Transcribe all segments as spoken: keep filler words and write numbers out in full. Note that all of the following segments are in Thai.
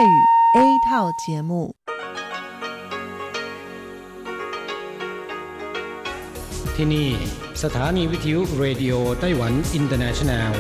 语 A 套节目ที่นี่สถานีวิทยุเรดิโอไต้หวันอินเตอร์เนชั่นแนล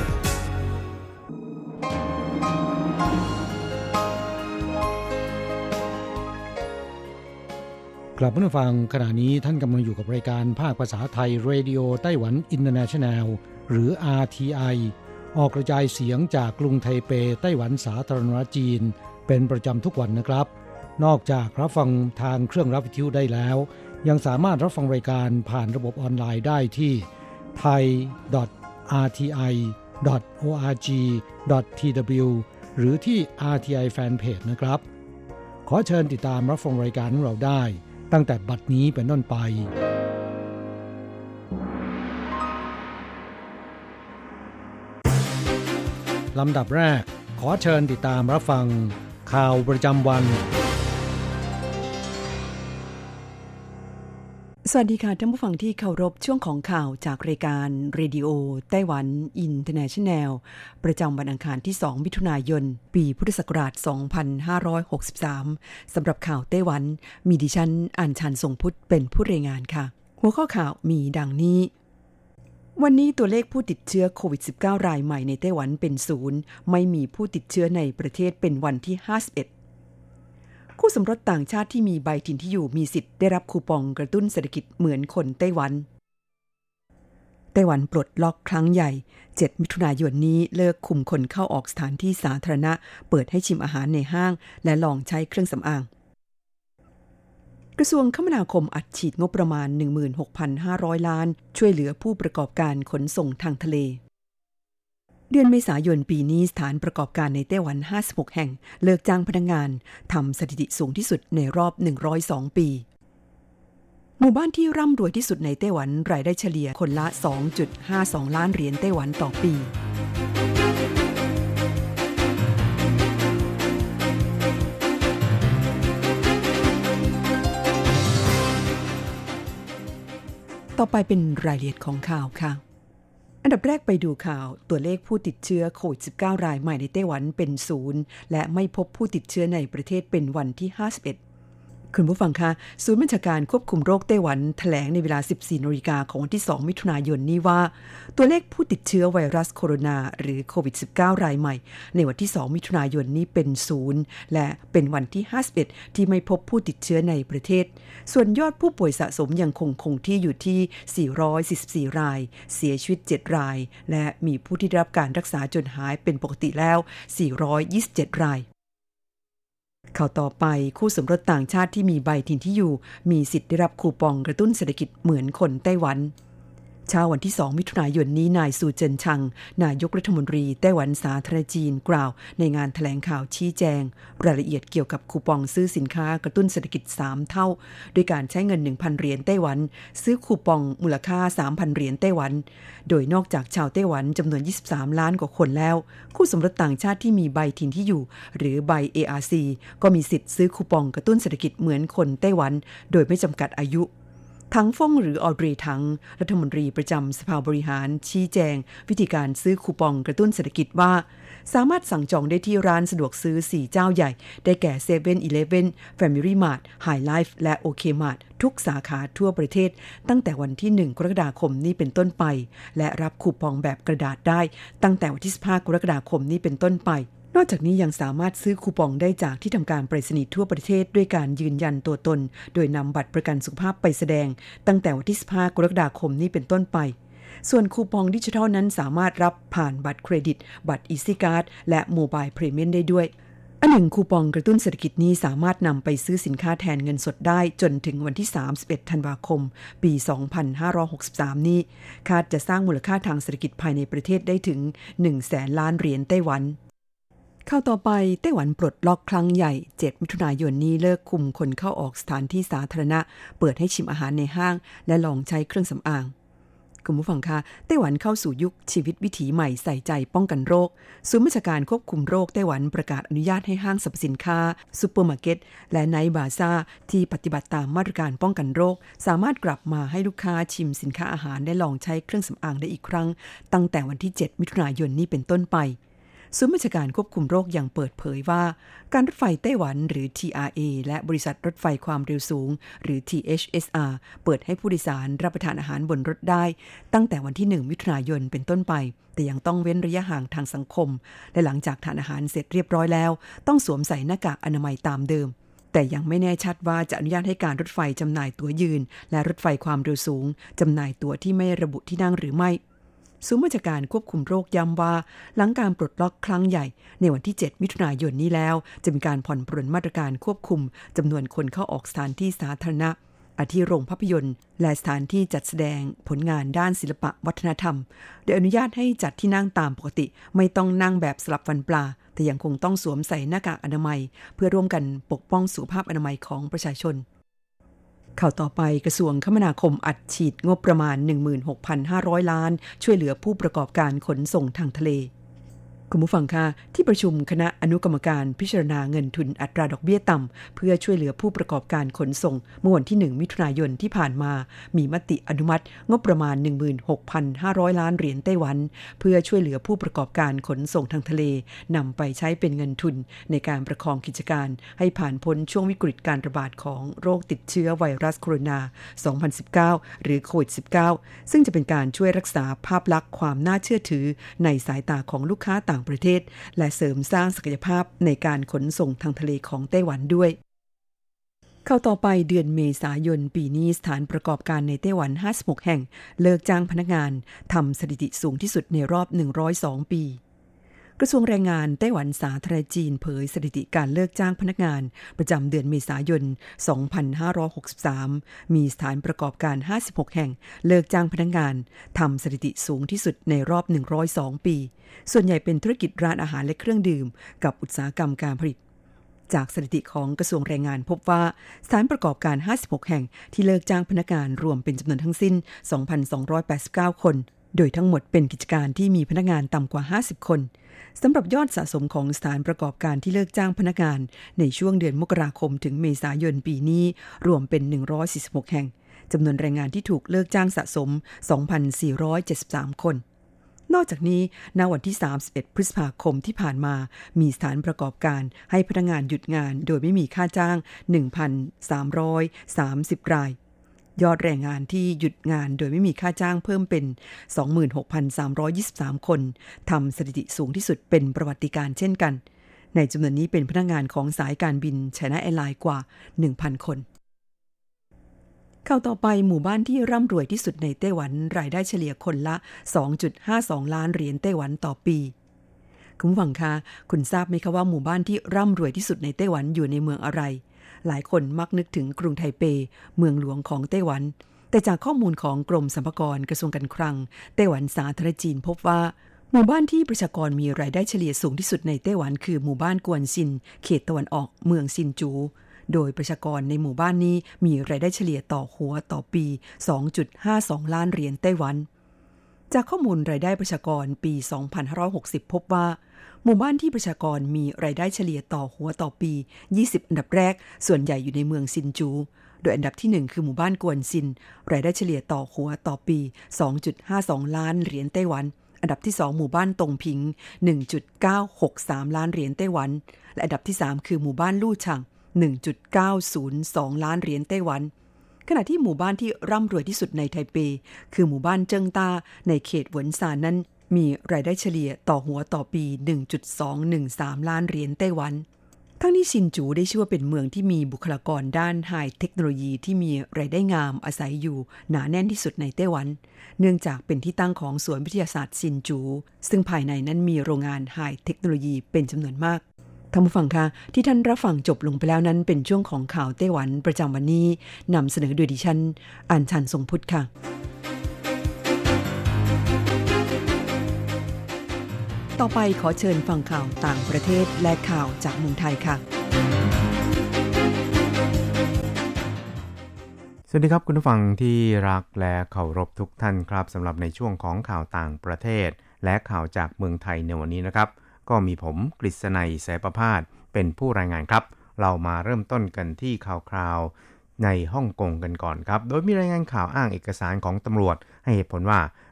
กลับมาฟังขณะนี้ท่านกำลังอยู่กับรายการภาคภาษาไทยเรดิโอไต้หวันอินเตอร์เนชั่นแนลหรือ อาร์ ที ไอ ออกกระจายเสียงจากกรุงไทเปไต้หวันสาธารณรัฐจีนเป็นประจำทุกวันนะครับนอกจากรับฟังทางเครื่องรับวิทยุได้แล้วยังสามารถรับฟังรายการผ่านระบบออนไลน์ได้ที่ ไทย ดอท อาร์ ที ไอ ดอท โอ อาร์ จี ดอท ที ดับเบิลยู หรือที่ อาร์ ที ไอ Fanpage นะครับขอเชิญติดตามรับฟังรายการของเราได้ตั้งแต่บัดนี้เป็นต้นไปลำดับแรกขอเชิญติดตามรับฟังข่าวประจำวันสวัสดีค่ะท่านผู้ฟังที่เคารพช่วงของข่าวจากรายการเรดิโอไต้หวันอินเตอร์เนชั่นแนลประจำวันอังคารที่สองมิถุนายนปีพุทธศักราชสองพันห้าร้อยหกสิบสามสำหรับข่าวไต้หวันมีดิฉันอัญชันทรงพุทธเป็นผู้รายงานค่ะหัวข้อข่าวมีดังนี้วันนี้ตัวเลขผู้ติดเชื้อโควิด สิบเก้า รายใหม่ในไต้หวันเป็นศูนย์ไม่มีผู้ติดเชื้อในประเทศเป็นวันที่ห้าสิบเอ็ดคู่สมรสต่างชาติที่มีใบถิ่นที่อยู่มีสิทธิ์ได้รับคูปองกระตุ้นเศรษฐกิจเหมือนคนไต้หวันไต้หวันปลดล็อกครั้งใหญ่เจ็ดมิถุนายนนี้เลิกคุมคนเข้าออกสถานที่สาธารณะเปิดให้ชิมอาหารในห้างและลองใช้เครื่องสำอางกระทรวงคมนาคมอัดฉีดงบประมาณ หนึ่งหมื่นหกพันห้าร้อย ล้านช่วยเหลือผู้ประกอบการขนส่งทางทะเลเดือนเมษายนปีนี้สถานประกอบการในไต้หวันห้าสิบหกแห่งเลิกจ้างพนักงานทำสถิติสูงที่สุดในรอบหนึ่งร้อยสองปีหมู่บ้านที่ร่ำรวยที่สุดในไต้หวันรายได้เฉลี่ยคนละ สองจุดห้าสอง ล้านเหรียญไต้หวันต่อปีต่อไปเป็นรายละเอียดของข่าวค่ะอันดับแรกไปดูข่าวตัวเลขผู้ติดเชื้อโควิด สิบเก้า รายใหม่ในไต้หวันเป็นศูนย์และไม่พบผู้ติดเชื้อในประเทศเป็นวันที่ห้าสิบเอ็ดคุณผู้ฟังคะศูนย์บัญชาการควบคุมโรคไต้หวันแถลงในเวลา สิบสี่นาฬิกา ของวันที่สองมิถุนายนนี้ว่าตัวเลขผู้ติดเชื้อไวรัสโคโรนาหรือโควิด สิบเก้า รายใหม่ในวันที่สองมิถุนายนนี้เป็นศูนย์และเป็นวันที่ห้าสิบเอ็ดที่ไม่พบผู้ติดเชื้อในประเทศส่วนยอดผู้ป่วยสะสมยังคงคงที่อยู่ที่สี่ร้อยสี่สิบสี่รายเสียชีวิตเจ็ดรายและมีผู้ที่ได้รับการรักษาจนหายเป็นปกติแล้วสี่ร้อยยี่สิบเจ็ดรายข่าวต่อไปคู่สมรสต่างชาติที่มีใบถิ่นที่อยู่มีสิทธิ์ได้รับคูปองกระตุ้นเศรษฐกิจเหมือนคนไต้หวันเช้าวันที่สองมิถุนายนนี้นายซูเจินชังนายกรัฐมนตรีไต้หวันสาธารณจีนกล่าวในงานแถลงข่าวชี้แจงรายละเอียดเกี่ยวกับคูปองซื้อสินค้ากระตุ้นเศรษฐกิจสามเท่าด้วยการใช้เงิน หนึ่งพัน เหรียญไต้หวันซื้อคูปองมูลค่า สามพัน เหรียญไต้หวันโดยนอกจากชาวไต้หวันจำนวนยี่สิบสามล้านกว่าคนแล้วคู่สมรสต่างชาติที่มีใบถิ่นที่อยู่หรือใบ เอ อาร์ ซี ก็มีสิทธิ์ซื้อคูปองกระตุ้นเศรษฐกิจเหมือนคนไต้หวันโดยไม่จำกัดอายุถังฟ่งหรือออดรีถังรัฐมนตรีประจำสภาบริหารชี้แจงวิธีการซื้อคูปองกระตุ้นเศรษฐกิจว่าสามารถสั่งจองได้ที่ร้านสะดวกซื้อสี่เจ้าใหญ่ได้แก่ เซเว่น อีเลฟเว่น Family Mart High Life และ โอ เค Mart ทุกสาขาทั่วประเทศตั้งแต่วันที่หนึ่งกรกฎาคมนี้เป็นต้นไปและรับคูปองแบบกระดาษได้ตั้งแต่วันที่สิบห้ากรกฎาคมนี้เป็นต้นไปนอกจากนี้ยังสามารถซื้อคูปองได้จากที่ทำการไปรษณีย์ทั่วประเทศด้วยการยืนยันตัวตนโดยนำบัตรประกันสุขภาพไปแสดงตั้งแต่วันที่สิบห้ากรกฎาคมนี้เป็นต้นไปส่วนคูปองดิจิทัลนั้นสามารถรับผ่านบัตรเครดิตบัตรอีซี่การ์ดและโมบายเพรเมียมได้ด้วยอันหนึ่งคูปองกระตุ้นเศรษฐกิจนี้สามารถนำไปซื้อสินค้าแทนเงินสดได้จนถึงวันที่สามสิบเอ็ดธันวาคมปีสองพันห้าร้อยหกสิบสามนี้คาดจะสร้างมูลค่าทางเศรษฐกิจภายในประเทศได้ถึง หนึ่งแสน ล้านเหรียญไต้หวันเข้าต่อไปไต้หวันปลดล็อกครั้งใหญ่เจ็ดมิถุนายนนี้เลิกคุมคนเข้าออกสถานที่สาธารณะเปิดให้ชิมอาหารในห้างและลองใช้เครื่องสำอางคุณผู้ฟังคะไต้หวันเข้าสู่ยุคชีวิตวิถีใหม่ใส่ใจป้องกันโรคศูนย์บัญชาการควบคุมโรคไต้หวันประกาศอนุญาตให้ห้างสรรพสินค้าซุปเปอร์มาร์เก็ตและไนท์บาซ่าที่ปฏิบัติตามมาตรการป้องกันโรคสามารถกลับมาให้ลูกค้าชิมสินค้าอาหารและลองใช้เครื่องสำอางได้อีกครั้งตั้งแต่วันที่เจ็ดมิถุนายนนี้เป็นต้นไปศูนย์บัญชาการควบคุมโรคยังเปิดเผยว่าการรถไฟไต้หวันหรือ ที อาร์ เอ และบริษัทรถไฟความเร็วสูงหรือ ที เอช เอส อาร์ เปิดให้ผู้โดยสารรับประทานอาหารบนรถได้ตั้งแต่วันที่หนึ่งมิถุนายนเป็นต้นไปแต่ยังต้องเว้นระยะห่างทางสังคมและหลังจากทานอาหารเสร็จเรียบร้อยแล้วต้องสวมใส่หน้ากากอนามัยตามเดิมแต่ยังไม่แน่ชัดว่าจะอนุญาตให้การรถไฟจำหน่ายตั๋วยืนและรถไฟความเร็วสูงจำหน่ายตั๋วที่ไม่ระบุที่นั่งหรือไม่ศูนย์บัญชาการควบคุมโรคย้ำว่าหลังการปลดล็อกครั้งใหญ่ในวันที่เจ็ดมิถุนายนนี้แล้วจะมีการผ่อนปรนมาตรการควบคุมจำนวนคนเข้าออกสถานที่สาธารณะอาทิโรงภาพยนตร์และสถานที่จัดแสดงผลงานด้านศิลปะวัฒนธรรมโดยอนุญาตให้จัดที่นั่งตามปกติไม่ต้องนั่งแบบสลับฟันปลาแต่ยังคงต้องสวมใส่หน้ากากอนามัยเพื่อร่วมกันปกป้องสุขภาพอนามัยของประชาชนข่าวต่อไปกระทรวงคมนาคมอัดฉีดงบประมาณ หนึ่งหมื่นหกพันห้าร้อย ล้านช่วยเหลือผู้ประกอบการขนส่งทางทะเลคุณผู้ฟังคะที่ประชุมคณะอนุกรรมการพิจารณาเงินทุนอัตราดอกเบี้ยต่ำเพื่อช่วยเหลือผู้ประกอบการขนส่งเมื่อวันที่หนึ่งมิถุนายนที่ผ่านมามีมติอนุมัติงบประมาณ หนึ่งหมื่นหกพันห้าร้อย ล้านเหรียญไต้หวันเพื่อช่วยเหลือผู้ประกอบการขนส่งทางทะเลนำไปใช้เป็นเงินทุนในการประคองกิจการให้ผ่านพ้นช่วงวิกฤตการระบาดของโรคติดเชื้อไวรัสโคโรนา สองพันสิบเก้า หรือโควิด สิบเก้า ซึ่งจะเป็นการช่วยรักษาภาพลักษณ์ความน่าเชื่อถือในสายตาของลูกค้าต่างประเทศและเสริมสร้างศักยภาพในการขนส่งทางทะเลของไต้หวันด้วยเข้าต่อไปเดือนเมษายนปีนี้สถานประกอบการในไต้หวันห้าสิบหกแห่งเลิกจ้างพนักงานทำสถิติสูงที่สุดในรอบหนึ่งร้อยสองปีกระทรวงแรงงานไต้หวันสาธารณรัฐจีนเผยสถิติการเลิกจ้างพนักงานประจำเดือนเมษายนสองพันห้าร้อยหกสิบสามมีสถานประกอบการห้าสิบหกแห่งเลิกจ้างพนักงานทำสถิติสูงที่สุดในรอบหนึ่งร้อยสองปีส่วนใหญ่เป็นธุรกิจร้านอาหารและเครื่องดื่มกับอุตสาหกรรมการผลิตจากสถิติของกระทรวงแรงงานพบว่าสถานประกอบการห้าสิบหกแห่งที่เลิกจ้างพนักงานรวมเป็นจำนวนทั้งสิ้น สองพันสองร้อยแปดสิบเก้า คนโดยทั้งหมดเป็นกิจการที่มีพนักงานต่ำกว่าห้าสิบคนสำหรับยอดสะสมของสถานประกอบการที่เลิกจ้างพนักงานในช่วงเดือนมกราคมถึงเมษายนปีนี้รวมเป็นหนึ่งร้อยสี่สิบหกแห่งจำนวนแรงงานที่ถูกเลิกจ้างสะสม สองพันสี่ร้อยเจ็ดสิบสาม คนนอกจากนี้ณวันที่สามสิบเอ็ดพฤษภาคมที่ผ่านมามีสถานประกอบการให้พนักงานหยุดงานโดยไม่มีค่าจ้าง หนึ่งพันสามร้อยสามสิบ รายยอดแรงงานที่หยุดงานโดยไม่มีค่าจ้างเพิ่มเป็น สองหมื่นหกพันสามร้อยยี่สิบสาม คนทำสถิติสูงที่สุดเป็นประวัติการณ์เช่นกันในจำนวนนี้เป็นพนักงานของสายการบิน China Airlines กว่า หนึ่งพัน คนเข้าต่อไปหมู่บ้านที่ร่ำรวยที่สุดในไต้หวันรายได้เฉลี่ยคนละ สองจุดห้าสอง ล้านเหรียญไต้หวันต่อปีคุณผู้ฟังคะคุณทราบไหมคะว่าหมู่บ้านที่ร่ำรวยที่สุดในไต้หวันอยู่ในเมืองอะไรหลายคนมักนึกถึงกรุงไทเปเมืองหลวงของไต้หวันแต่จากข้อมูลของกรมสรรพากรกระทรวงการคลังไต้หวันสาธารณจีนพบว่าหมู่บ้านที่ประชากรมีรายได้เฉลี่ยสูงที่สุดในไต้หวันคือหมู่บ้านกวนซินเขตตะวันออกเมืองซินจูโดยประชากรในหมู่บ้านนี้มีรายได้เฉลี่ยต่อหัวต่อปี สองจุดห้าสอง ล้านเหรียญไต้หวันจากข้อมูลรายได้ประชากรปี สองพันห้าร้อยหกสิบ พบว่าหมู่บ้านที่ประชากรมีรายได้เฉลี่ยต่อหัวต่อปียี่สิบอันดับแรกส่วนใหญ่อยู่ในเมืองซินจูโดยอันดับที่หนึ่งคือหมู่บ้านกวนซินรายได้เฉลี่ยต่อหัวต่อปี สองจุดห้าสอง ล้านเหรียญไต้หวันอันดับที่สองหมู่บ้านตงพิง หนึ่งจุดเก้าหกสาม ล้านเหรียญไต้หวันและอันดับที่สามคือหมู่บ้านลู่ชัง หนึ่งจุดเก้าศูนย์สอง ล้านเหรียญไต้หวันขณะที่หมู่บ้านที่ร่ำรวยที่สุดในไทเปคือหมู่บ้านเจิ้งต้าในเขตหวนซานนั้นมีรายได้เฉลี่ยต่อหัวต่อปี หนึ่งจุดสองหนึ่งสาม ล้านเหรียญไต้หวันทั้งนี้ซินจูได้ชื่อว่าเป็นเมืองที่มีบุคลากรด้านไฮเทคโนโลยีที่มีรายได้งามอาศัยอยู่หนาแน่นที่สุดในไต้หวันเนื่องจากเป็นที่ตั้งของสวนวิทยาศาสตร์ซินจูซึ่งภายในนั้นมีโรงงานไฮเทคโนโลยีเป็นจำนวนมากท่านผู้ฟังคะที่ท่านรับฟังจบลงไปแล้วนั้นเป็นช่วงของข่าวไต้หวันประจำวันนี้นำเสนอโดยดิฉันอัญชันทรงพุทธค่ะต่อไปขอเชิญฟังข่าวต่างประเทศและข่าวจากเมืองไทยค่ะสวัสดีครับคุณผู้ฟังที่รักและเคารพทุกท่านครับสำหรับในช่วงของข่าวต่างประเทศและข่าวจากเมืองไทยในวันนี้นะครับก็มีผมกฤษณัยแสประภาสเป็นผู้รายงานครับเรามาเริ่มต้นกันที่ข่าวคราวในฮ่องกงกันก่อนครับโดยมีรายงานข่าวอ้างเอกสารของตำรวจให้เหตุผลว่า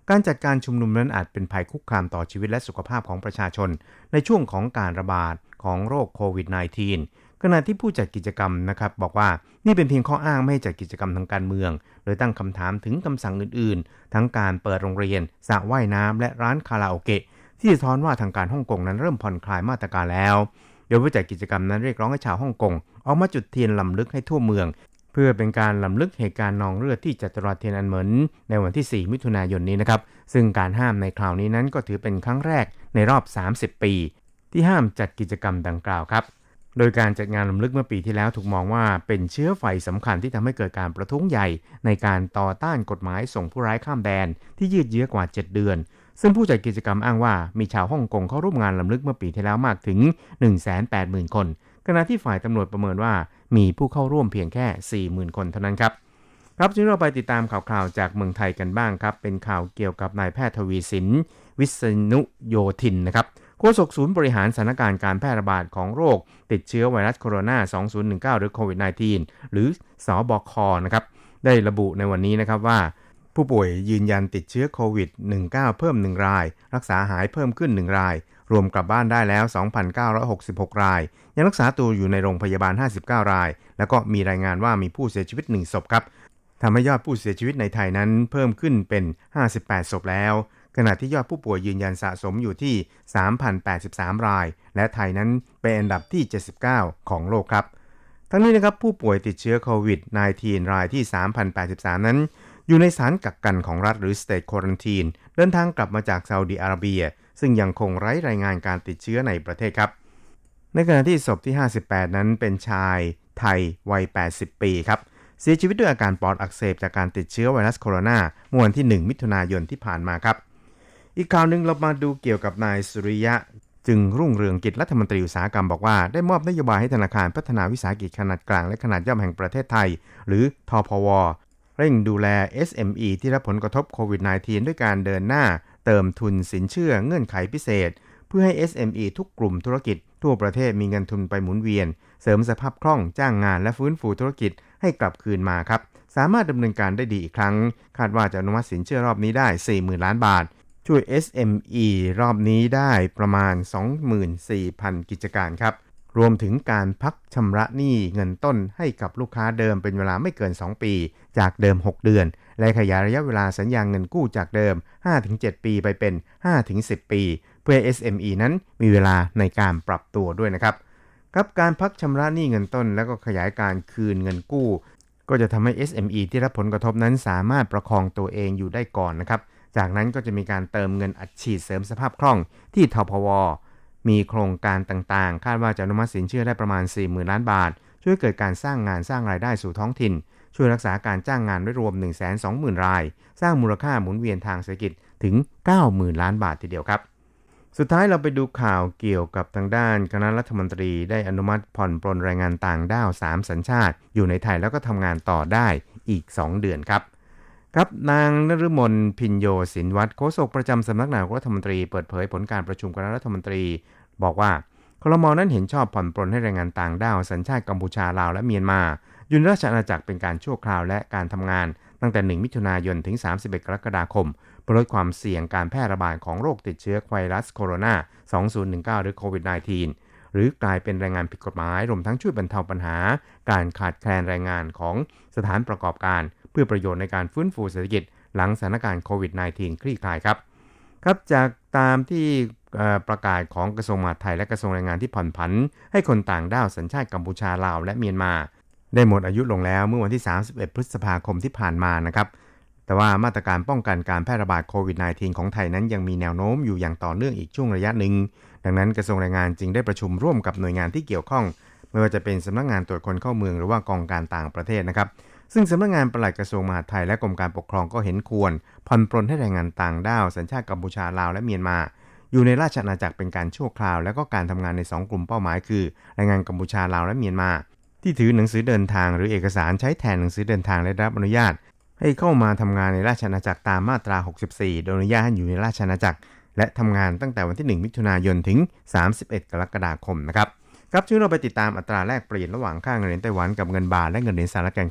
การจัดการชุมนุมนั้นอาจเป็นภัยคุกคามต่อชีวิตและสุขภาพของประชาชนในช่วงของการระบาดของโรคโควิด สิบเก้า ขณะที่ผู้จัดกิจกรรมนะครับบอกว่านี่เป็นเพียงข้ออ้างไม่ให้จัดกิจกรรมทางการเมืองโดยตั้งคำถามถึงคำสั่งอื่นๆทั้งการเปิดโรงเรียนสระว่ายน้ำและร้านคาราโอเกะที่สะท้อนว่าทางการฮ่องกงนั้นเริ่มผ่อนคลายมาตรการแล้วโดยผู้จัดกิจกรรมนั้นเรียกร้องให้ชาวฮ่องกงออกมาจุดเทียนลำลึกให้ทั่วเมืองเพื่อเป็นการลำลึกเหตุการณ์นองเลือดที่จัตุรัสเทียนอันเหมินในวันที่สี่มิถุนายนนี้นะครับซึ่งการห้ามในคราวนี้นั้นก็ถือเป็นครั้งแรกในรอบสามสิบปีที่ห้ามจัดกิจกรรมดังกล่าวครับโดยการจัดงานรำลึกเมื่อปีที่แล้วถูกมองว่าเป็นเชื้อไฟสำคัญที่ทำให้เกิดการประท้วงใหญ่ในการต่อต้านกฎหมายส่งผู้ร้ายข้ามแดนที่ยืดเยื้อกว่าเจ็ดเดือนซึ่งผู้จัดกิจกรรมอ้างว่ามีชาวฮ่องกงเข้าร่วมงานรำลึกเมื่อปีที่แล้วมากถึง หนึ่งแสนแปดหมื่น คนขณะที่ฝ่ายตำรวจประเมินว่ามีผู้เข้าร่วมเพียงแค่ สี่หมื่น คนเท่านั้นครับครับทีนี้เราไปติดตามข่าวๆจากเมืองไทยกันบ้างครับเป็นข่าวเกี่ยวกับนายแพทย์ทวีสินวิษณุโยธินนะครับโฆษกศูนย์บริหารสถานการณ์การแพร่ระบาดของโรคติดเชื้อไวรัสโคโรนา สองพันสิบเก้า หรือโควิด สิบเก้า หรือสบคนะครับได้ระบุในวันนี้นะครับว่าผู้ป่วยยืนยันติดเชื้อโควิด สิบเก้า เพิ่มหนึ่งรายรักษาหายเพิ่มขึ้นหนึ่งรายรวมกลับบ้านได้แล้ว สองพันเก้าร้อยหกสิบหก รายยังรักษาตัวอยู่ในโรงพยาบาลห้าสิบเก้ารายแล้วก็มีรายงานว่ามีผู้เสียชีวิตหนึ่งศพครับทำให้ยอดผู้เสียชีวิตในไทยนั้นเพิ่มขึ้นเป็นห้าสิบแปดศพแล้วขณะที่ยอดผู้ป่วยยืนยันสะสมอยู่ที่ สามพันแปดสิบสาม รายและไทยนั้นเป็นอันดับที่เจ็ดสิบเก้าของโลกครับทั้งนี้นะครับผู้ป่วยติดเชื้อโควิด สิบเก้า รายที่ สามพันแปดสิบสาม นั้นอยู่ในสถานกักกันของรัฐหรือ State Quarantine เดินทางกลับมาจากซาอุดิอาระเบียซึ่งยังคงไร้รายงานการติดเชื้อในประเทศครับในขณะที่ศพที่ห้าสิบแปดนั้นเป็นชายไทยวัยแปดสิบปีครับเสียชีวิตด้วยอาการปอดอักเสบจากการติดเชื้อไวรัสโคโรนาเมื่อวันที่หนึ่งมิถุนายนที่ผ่านมาครับอีกข่าวนึงเรามาดูเกี่ยวกับนายสุริยะจึงรุ่งเรืองกิจรัฐมนตรีอุตสาหกรรมบอกว่าได้มอบนโยบายให้ธนาคารพัฒนาวิสาหกิจขนาดกลางและขนาดย่อมแห่งประเทศไทยหรือทพวเร่งดูแล เอส เอ็ม อี ที่รับผลกระทบโควิด สิบเก้า ด้วยการเดินหน้าเติมทุนสินเชื่อเงื่อนไขพิเศษเพื่อให้ เอส เอ็ม อี ทุกกลุ่มธุรกิจทั่วประเทศมีเงินทุนไปหมุนเวียนเสริมสภาพคล่องจ้างงานและฟื้นฟูธุรกิจให้กลับคืนมาครับสามารถดำเนินการได้ดีอีกครั้งคาดว่าจะอนุมัติสินเชื่อรอบนี้ได้ สี่หมื่น ล้านบาทช่วย เอส เอ็ม อี รอบนี้ได้ประมาณ สองหมื่นสี่พัน กิจการครับรวมถึงการพักชำระหนี้เงินต้นให้กับลูกค้าเดิมเป็นเวลาไม่เกินสองปีจากเดิมหกเดือนและขยายระยะเวลาสัญญาเงินกู้จากเดิม ห้าถึงเจ็ด ปีไปเป็น ห้าถึงสิบ ปีเพื่อ เอส เอ็ม อี นั้นมีเวลาในการปรับตัวด้วยนะครับกับการพักชำระหนี้เงินต้นแล้วก็ขยายการคืนเงินกู้ก็จะทำให้ เอส เอ็ม อี ที่รับผลกระทบนั้นสามารถประคองตัวเองอยู่ได้ก่อนนะครับจากนั้นก็จะมีการเติมเงินอัดฉีดเสริมสภาพคล่องที่ทพวมีโครงการต่างๆคาดว่าจะอนุมัติสินเชื่อได้ประมาณ สี่หมื่น ล้านบาทช่วยเกิดการสร้างงานสร้างรายได้สู่ท้องถิ่นช่วยรักษาการจ้างงานไว้รวม หนึ่งแสนสองหมื่น รายสร้างมูลค่าหมุนเวียนทางเศรษฐกิจถึง เก้าหมื่น ล้านบาททีเดียวครับสุดท้ายเราไปดูข่าวเกี่ยวกับทางด้านคณะรัฐมนตรีได้อนุมัติผ่อนปรนแรงงานต่างด้าวสามสัญชาติอยู่ในไทยแล้วก็ทำงานต่อได้อีกสองเดือนครับครับนางนฤมลพิญโยศินวัฒน์โฆษกประจำสำนักนายกรัฐมนตรีเปิดเผยผลการประชุมคณะรัฐมนตรีบอกว่าครม.นั้นเห็นชอบผ่อนปรนให้แรงงานต่างด้าวสัญชาติกัมพูชาลาวและเมียนมาอยู่ในราชอาณาจักรเป็นการชั่วคราวและการทำงานตั้งแต่หนึ่งมิถุนายนถึงสามสิบเอ็ดกรกฎาคมเพื่อลดความเสี่ยงการแพร่ระบาดของโรคติดเชื้อไวรัสโคโรนา สองพันสิบเก้า หรือโควิด สิบเก้า หรือกลายเป็นแรงงานผิดกฎหมายรวมทั้งช่วยบรรเทาปัญหาการขาดแคลนแรงงานของสถานประกอบการเพื่อประโยชน์ในการฟื้นฟูเศรษฐกิจหลังสถานการณ์โควิด สิบเก้า คลี่คลายครับครับจากตามที่ประกาศของกระทรวงมหาดไทยและกระทรวงแรงงานที่ผ่อนผันให้คนต่างด้าวสัญชาติกัมพูชาลาวและเมียนมาได้หมดอายุลงแล้วเมื่อวันที่สามสิบเอ็ดพฤษภาคมที่ผ่านมานะครับแต่ว่ามาตรการป้องกันการแพร่ระบาดโควิด สิบเก้า ของไทยนั้นยังมีแนวโน้มอยู่อย่างต่อเนื่องอีกช่วงระยะหนึ่งดังนั้นกระทรวงแรงงานจึงได้ประชุมร่วมกับหน่วยงานที่เกี่ยวข้องไม่ว่าจะเป็นสำนักงานตรวจคนเข้าเมืองหรือว่ากองการต่างประเทศนะครับซึ่งสำนักงานปลัดกระทรวงมหาดไทยและกรมการปกครองก็เห็นควรผ่อนปรนให้แรงงานต่างด้าวสัญชาติกัมพูชาลาวและเมียนมาอยู่ในราชอาณาจักรเป็นการชั่วคราวและก็การทำงานในสองกลุ่มเป้าหมายคือแรงงานกัมพูชาลาวและเมียนมาที่ถือหนังสือเดินทางหรือเอกสารใช้แทนหนังสือเดินทางและรับอนุญาตให้เข้ามาทำงานในราชอาณาจักรตามมาตราหกสิบสี่โดยอนุญาตให้อยู่ในราชอาณาจักรและทำงานตั้งแต่วันที่หนึ่งมิถุนายนถึงสามสิบเอ็ดกรกฎาคมนะครับครับช่วยเราไปติดตามอัตราแลกเปลี่ยนระหว่างค่าเงินเหรียญไต้หวันกับเงินบาทและเงินเหรียญสหรัฐกันครับ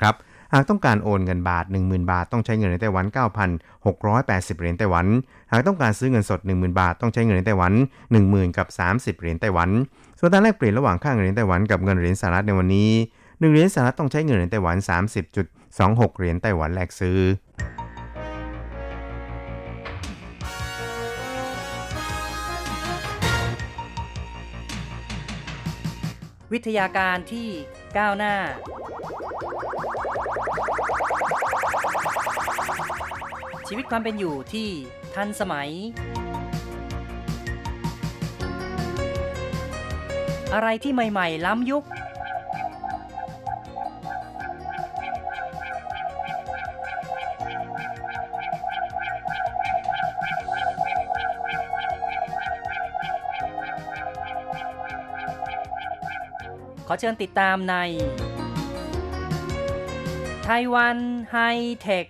หากต้องการโอนเงินบาท หนึ่งหมื่น บาทต้องใช้เงินในไต้หวัน เก้าพันหกร้อยแปดสิบ เหรียญไต้หวันหากต้องการซื้อเงินสด หนึ่งหมื่น บาทต้องใช้เงินในไต้หวัน หนึ่งหมื่น กับสามสิบเหรียญไต้หวันส่วนอัตราแลกเปลี่ยนระหว่างค่าเงินเหรียญไต้หวันกับเงินเหรียญสหรัฐในวันนี้หนึ่งเหรียญสหรัฐต้องใช้เงินเหรียญไต้หวัน สามสิบจุดสองหก เหรียญไต้หวันแลกซื้อวิทยาการที่ก้าวหน้าชีวิตความเป็นอยู่ที่ทันสมัยอะไรที่ใหม่ๆล้ำยุคขอเชิญติดตามในไต้หวันไฮเทค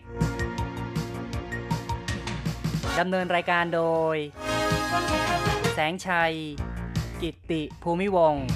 ดำเนินรายการโดยแสงชัยกิตติภูมิวงศ์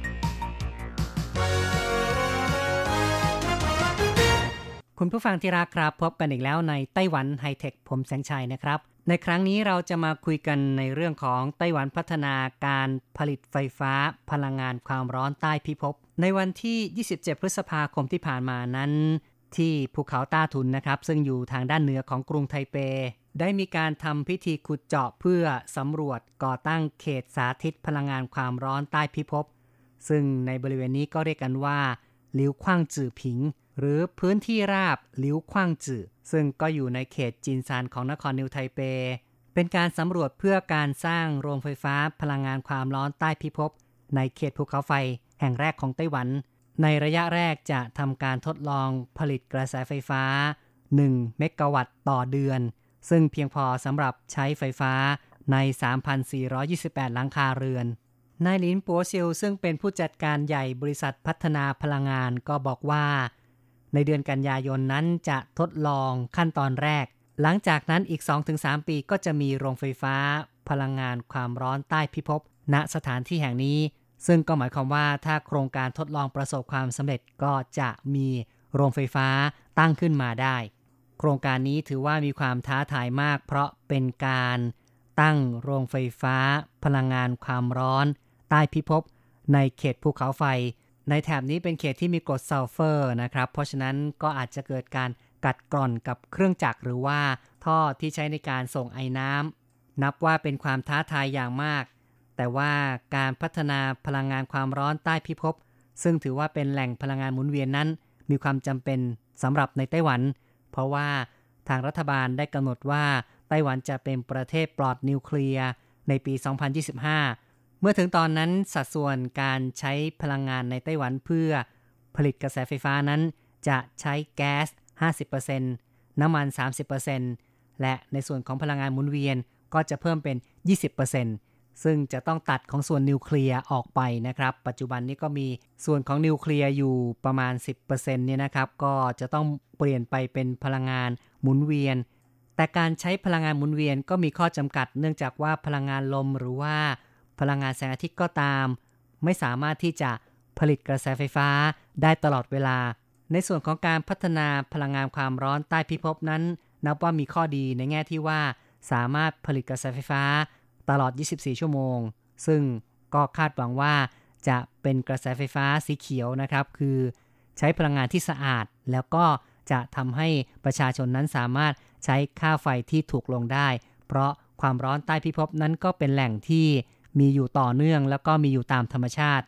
คุณผู้ฟังที่รักครับพบกันอีกแล้วในไต้หวันไฮเทคผมแสงชัยนะครับในครั้งนี้เราจะมาคุยกันในเรื่องของไต้หวันพัฒนาการผลิตไฟฟ้าพลังงานความร้อนใต้พิภพในวันที่ยี่สิบเจ็ดพฤษภาคมที่ผ่านมานั้นที่ภูเขาต้าทุนนะครับซึ่งอยู่ทางด้านเหนือของกรุงไทเปได้มีการทำพิธีขุดเจาะเพื่อสำรวจก่อตั้งเขตสาธิตพลังงานความร้อนใต้พิภพซึ่งในบริเวณนี้ก็เรียกกันว่าหลิวขว้างจื่อผิงหรือพื้นที่ราบหลิวขว้างจื่อซึ่งก็อยู่ในเขตจินซานของนครนิวไทเปเป็นการสำรวจเพื่อการสร้างโรงไฟฟ้าพลังงานความร้อนใต้พิภพในเขตภูเขาไฟแห่งแรกของไต้หวันในระยะแรกจะทำการทดลองผลิตกระแสไฟฟ้าหนึ่งเมกะวัตต์ต่อเดือนซึ่งเพียงพอสำหรับใช้ไฟฟ้าใน สามพันสี่ร้อยยี่สิบแปด หลังคาเรือนนายหลินปัวซิลซึ่งเป็นผู้จัดการใหญ่บริษัทพัฒนาพลังงานก็บอกว่าในเดือนกันยายนนั้นจะทดลองขั้นตอนแรกหลังจากนั้นอีก สองถึงสาม ปีก็จะมีโรงไฟฟ้าพลังงานความร้อนใต้พิภพณสถานที่แห่งนี้ซึ่งก็หมายความว่าถ้าโครงการทดลองประสบความสำเร็จก็จะมีโรงไฟฟ้าตั้งขึ้นมาได้โครงการนี้ถือว่ามีความท้าทายมากเพราะเป็นการตั้งโรงไฟฟ้าพลังงานความร้อนใต้พิภพในเขตภูเขาไฟในแถบนี้เป็นเขตที่มีกรดซัลเฟอร์นะครับเพราะฉะนั้นก็อาจจะเกิดการกัดกร่อนกับเครื่องจักรหรือว่าท่อที่ใช้ในการส่งไอน้ำนับว่าเป็นความท้าทายอย่างมากแต่ว่าการพัฒนาพลังงานความร้อนใต้พิภพซึ่งถือว่าเป็นแหล่งพลังงานหมุนเวียนนั้นมีความจำเป็นสำหรับในไต้หวันเพราะว่าทางรัฐบาลได้กำหนดว่าไต้หวันจะเป็นประเทศปลอดนิวเคลียร์ในปี สองพันยี่สิบห้า เมื่อถึงตอนนั้นสัดส่วนการใช้พลังงานในไต้หวันเพื่อผลิตกระแสไฟฟ้านั้นจะใช้แก๊ส ห้าสิบเปอร์เซ็นต์ น้ำมัน สามสิบเปอร์เซ็นต์ และในส่วนของพลังงานหมุนเวียนก็จะเพิ่มเป็น ยี่สิบเปอร์เซ็นต์ ซึ่งจะต้องตัดของส่วนนิวเคลียร์ออกไปนะครับปัจจุบันนี้ก็มีส่วนของนิวเคลียร์อยู่ประมาณ สิบเปอร์เซ็นต์ เนี่ยนะครับก็จะต้องเปลี่ยนไปเป็นพลังงานหมุนเวียนแต่การใช้พลังงานหมุนเวียนก็มีข้อจำกัดเนื่องจากว่าพลังงานลมหรือว่าพลังงานแสงอาทิตย์ก็ตามไม่สามารถที่จะผลิตกระแสไฟฟ้าได้ตลอดเวลาในส่วนของการพัฒนาพลังงานความร้อนใต้พิภพนั้นนับว่ามีข้อดีในแง่ที่ว่าสามารถผลิตกระแสไฟฟ้าตลอดยี่สิบสี่ชั่วโมงซึ่งก็คาดหวังว่าจะเป็นกระแสไฟฟ้าสีเขียวนะครับคือใช้พลังงานที่สะอาดแล้วก็จะทำให้ประชาชนนั้นสามารถใช้ค่าไฟที่ถูกลงได้เพราะความร้อนใต้พิภพนั้นก็เป็นแหล่งที่มีอยู่ต่อเนื่องแล้วก็มีอยู่ตามธรรมชาติ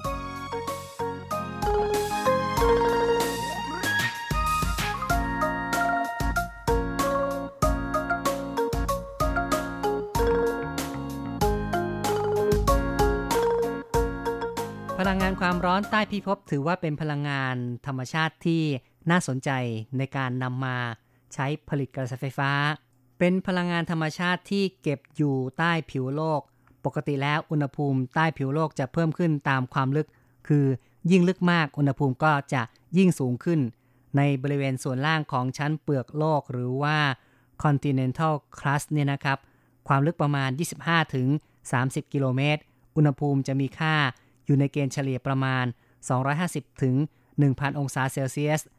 พลังงานความร้อนใต้พิภพถือว่าเป็นพลังงานธรรมชาติที่น่าสนใจในการนำมาใช้ผลิตกระแสไฟฟ้าเป็นพลังงานธรรมชาติที่เก็บอยู่ใต้ผิวโลกปกติแล้วอุณหภูมิใต้ผิวโลกจะเพิ่มขึ้นตามความลึกคือยิ่งลึกมากอุณหภูมิก็จะยิ่งสูงขึ้นในบริเวณส่วนล่างของชั้นเปลือกโลกหรือว่า continental crust เนี่ยนะครับความลึกประมาณ ยี่สิบห้าถึงสามสิบ กิโลเมตรอุณหภูมิจะมีค่าอยู่ในเกณฑ์เฉลี่ยประมาณ สองร้อยห้าสิบถึงหนึ่งพัน องศาเซลเซียส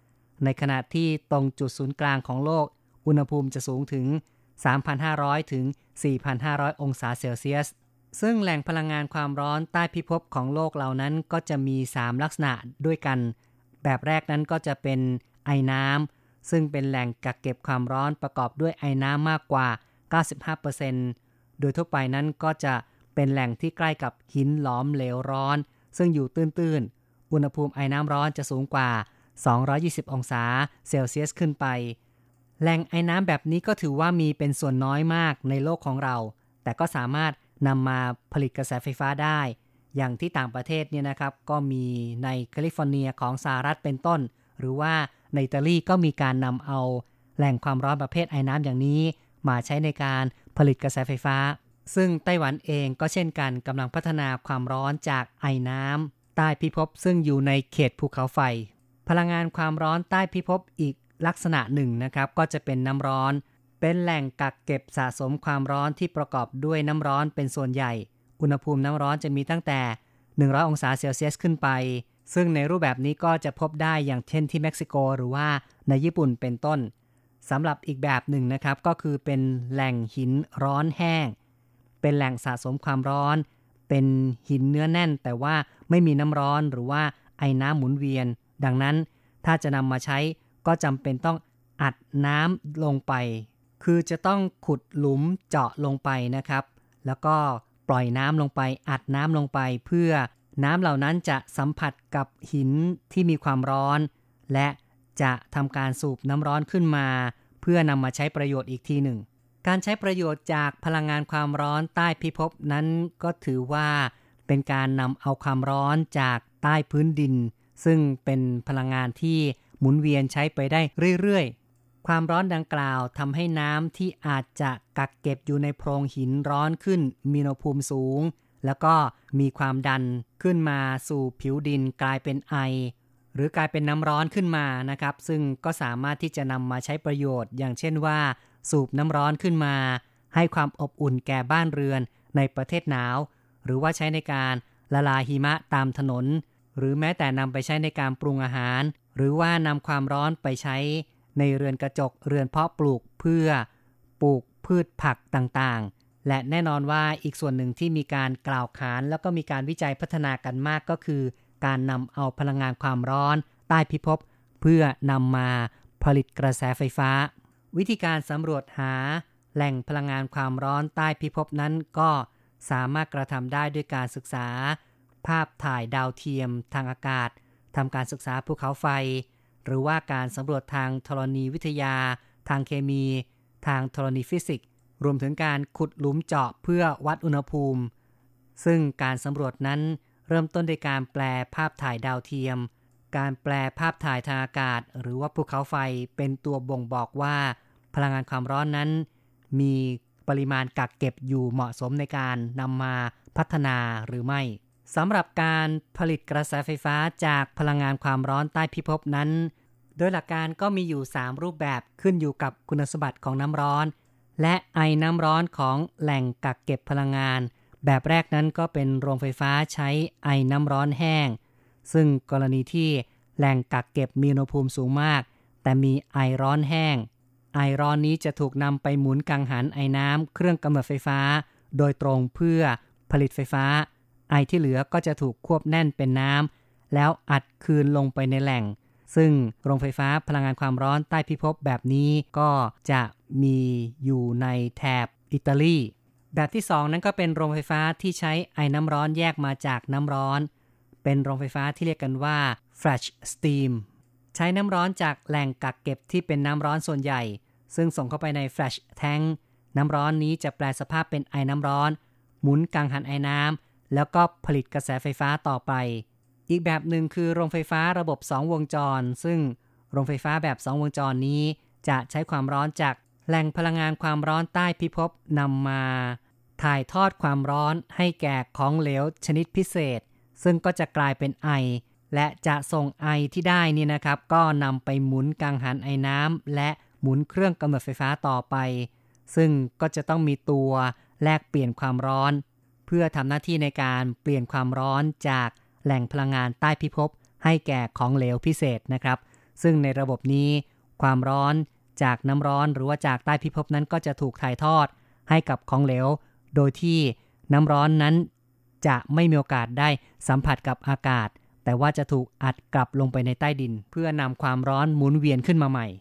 ในขณะที่ตรงจุดศูนย์กลางของโลกอุณหภูมิจะสูงถึง สามพันห้าร้อย ถึง สี่พันห้าร้อย องศาเซลเซียสซึ่งแหล่งพลังงานความร้อนใต้พิภพของโลกเหล่านั้นก็จะมีสามลักษณะด้วยกันแบบแรกนั้นก็จะเป็นไอน้ำซึ่งเป็นแหล่งกักเก็บความร้อนประกอบด้วยไอน้ำมากกว่า เก้าสิบห้าเปอร์เซ็นต์ โดยทั่วไปนั้นก็จะเป็นแหล่งที่ใกล้กับหินหลอมเหลวร้อนซึ่งอยู่ตื้นๆอุณหภูมิไอน้ำร้อนจะสูงกว่าสองร้อยยี่สิบองศาเซลเซียสขึ้นไปแหล่งไอน้ำแบบนี้ก็ถือว่ามีเป็นส่วนน้อยมากในโลกของเราแต่ก็สามารถนำมาผลิตกระแสไฟฟ้าได้อย่างที่ต่างประเทศเนี่ยนะครับก็มีในแคลิฟอร์เนียของสหรัฐเป็นต้นหรือว่าในอิตาลีก็มีการนำเอาแหล่งความร้อนประเภทไอน้ำอย่างนี้มาใช้ในการผลิตกระแสไฟฟ้าซึ่งไต้หวันเองก็เช่นกันกำลังพัฒนาความร้อนจากไอน้ำใต้พิภพซึ่งอยู่ในเขตภูเขาไฟพลังงานความร้อนใต้พิภพอีกลักษณะหนึ่งนะครับก็จะเป็นน้ำร้อนเป็นแหล่งกักเก็บสะสมความร้อนที่ประกอบด้วยน้ำร้อนเป็นส่วนใหญ่อุณหภูมิน้ำร้อนจะมีตั้งแต่หนึ่งร้อยองศาเซลเซียสขึ้นไปซึ่งในรูปแบบนี้ก็จะพบได้อย่างเช่นที่เม็กซิโกหรือว่าในญี่ปุ่นเป็นต้นสำหรับอีกแบบหนึ่งนะครับก็คือเป็นแหล่งหินร้อนแห้งเป็นแหล่งสะสมความร้อนเป็นหินเนื้อแน่นแต่ว่าไม่มีน้ำร้อนหรือว่าไอน้ำหมุนเวียนดังนั้นถ้าจะนำมาใช้ก็จำเป็นต้องอัดน้ำลงไปคือจะต้องขุดหลุมเจาะลงไปนะครับแล้วก็ปล่อยน้ำลงไปอัดน้ำลงไปเพื่อน้ำเหล่านั้นจะสัมผัสกับหินที่มีความร้อนและจะทำการสูบน้ำร้อนขึ้นมาเพื่อนำมาใช้ประโยชน์อีกทีหนึ่งการใช้ประโยชน์จากพลังงานความร้อนใต้พิภพนั้นก็ถือว่าเป็นการนำเอาความร้อนจากใต้พื้นดินซึ่งเป็นพลังงานที่หมุนเวียนใช้ไปได้เรื่อยๆความร้อนดังกล่าวทำให้น้ำที่อาจจะกักเก็บอยู่ในโพรงหินร้อนขึ้นมีอุณหภูมิสูงแล้วก็มีความดันขึ้นมาสู่ผิวดินกลายเป็นไอหรือกลายเป็นน้ำร้อนขึ้นมานะครับซึ่งก็สามารถที่จะนำมาใช้ประโยชน์อย่างเช่นว่าสูบน้ำร้อนขึ้นมาให้ความอบอุ่นแก่บ้านเรือนในประเทศหนาวหรือว่าใช้ในการละลายหิมะตามถนนหรือแม้แต่นำไปใช้ในการปรุงอาหารหรือว่านำความร้อนไปใช้ในเรือนกระจกเรือนเพาะปลูกเพื่อปลูกพืชผักต่างๆและแน่นอนว่าอีกส่วนหนึ่งที่มีการกล่าวขานแล้วก็มีการวิจัยพัฒนากันมากก็คือการนำเอาพลังงานความร้อนใต้พิภพเพื่อนำมาผลิตกระแสไฟฟ้าวิธีการสำรวจหาแหล่งพลังงานความร้อนใต้พิภพนั้นก็สามารถกระทำได้ด้วยการศึกษาภาพถ่ายดาวเทียมทางอากาศทำการศึกษาภูเขาไฟหรือว่าการสำรวจทางธรณีวิทยาทางเคมีทางธรณีฟิสิกส์รวมถึงการขุดหลุมเจาะเพื่อวัดอุณหภูมิซึ่งการสำรวจนั้นเริ่มต้นด้วยการแปลภาพถ่ายดาวเทียมการแปลภาพถ่ายทางอากาศหรือว่าภูเขาไฟเป็นตัวบ่งบอกว่าพลังงานความร้อนนั้นมีปริมาณกักเก็บอยู่เหมาะสมในการนำมาพัฒนาหรือไม่สำหรับการผลิตกระแสไฟฟ้าจากพลังงานความร้อนใต้พิภพนั้นโดยหลักการก็มีอยู่สามรูปแบบขึ้นอยู่กับคุณสมบัติของน้ำร้อนและไอน้ำร้อนของแหล่งกักเก็บพลังงานแบบแรกนั้นก็เป็นโรงไฟฟ้าใช้ไอน้ำร้อนแห้งซึ่งกรณีที่แหล่งกักเก็บมีอุณหภูมิสูงมากแต่มีไอร้อนแห้งไอร้อนนี้จะถูกนำไปหมุนกังหันไอน้ำเครื่องกำเนิดไฟฟ้าโดยตรงเพื่อผลิตไฟฟ้าไอที่เหลือก็จะถูกควบแน่นเป็นน้ำแล้วอัดคืนลงไปในแหล่งซึ่งโรงไฟฟ้าพลังงานความร้อนใต้พิภพแบบนี้ก็จะมีอยู่ในแถบอิตาลีแบบที่สองนั้นก็เป็นโรงไฟฟ้าที่ใช้ไอน้ำร้อนแยกมาจากน้ำร้อนเป็นโรงไฟฟ้าที่เรียกกันว่า Flash Steam ใช้น้ำร้อนจากแหล่งกักเก็บที่เป็นน้ำร้อนส่วนใหญ่ซึ่งส่งเข้าไปใน Flash Tank น้ำร้อนนี้จะแปลสภาพเป็นไอน้ำร้อนหมุนกังหันไอน้ำแล้วก็ผลิตกระแสไฟฟ้าต่อไปอีกแบบหนึ่งคือโรงไฟฟ้าระบบสองวงจรซึ่งโรงไฟฟ้าแบบสองวงจรนี้จะใช้ความร้อนจากแหล่งพลังงานความร้อนใต้พิภพนำมาถ่ายทอดความร้อนให้แก่ของเหลวชนิดพิเศษซึ่งก็จะกลายเป็นไอและจะส่งไอที่ได้นี่นะครับก็นำไปหมุนกังหันไอน้ำและหมุนเครื่องกำเนิดไฟฟ้าต่อไปซึ่งก็จะต้องมีตัวแลกเปลี่ยนความร้อนเพื่อทำหน้าที่ในการเปลี่ยนความร้อนจากแหล่งพลังงานใต้พิภพให้แก่ของเหลวพิเศษนะครับซึ่งในระบบนี้ความร้อนจากน้ำร้อนหรือว่าจากใต้พิภพนั้นก็จะถูกถ่ายทอดให้กับของเหลวโดยที่น้ำร้อนนั้นจะไม่มีโอกาสได้สัมผัสกับอากาศแต่ว่าจะถูกอัดกลับลงไปในใต้ดินเพื่อนำความร้อนหมุนเวียนขึ้นมาใหม่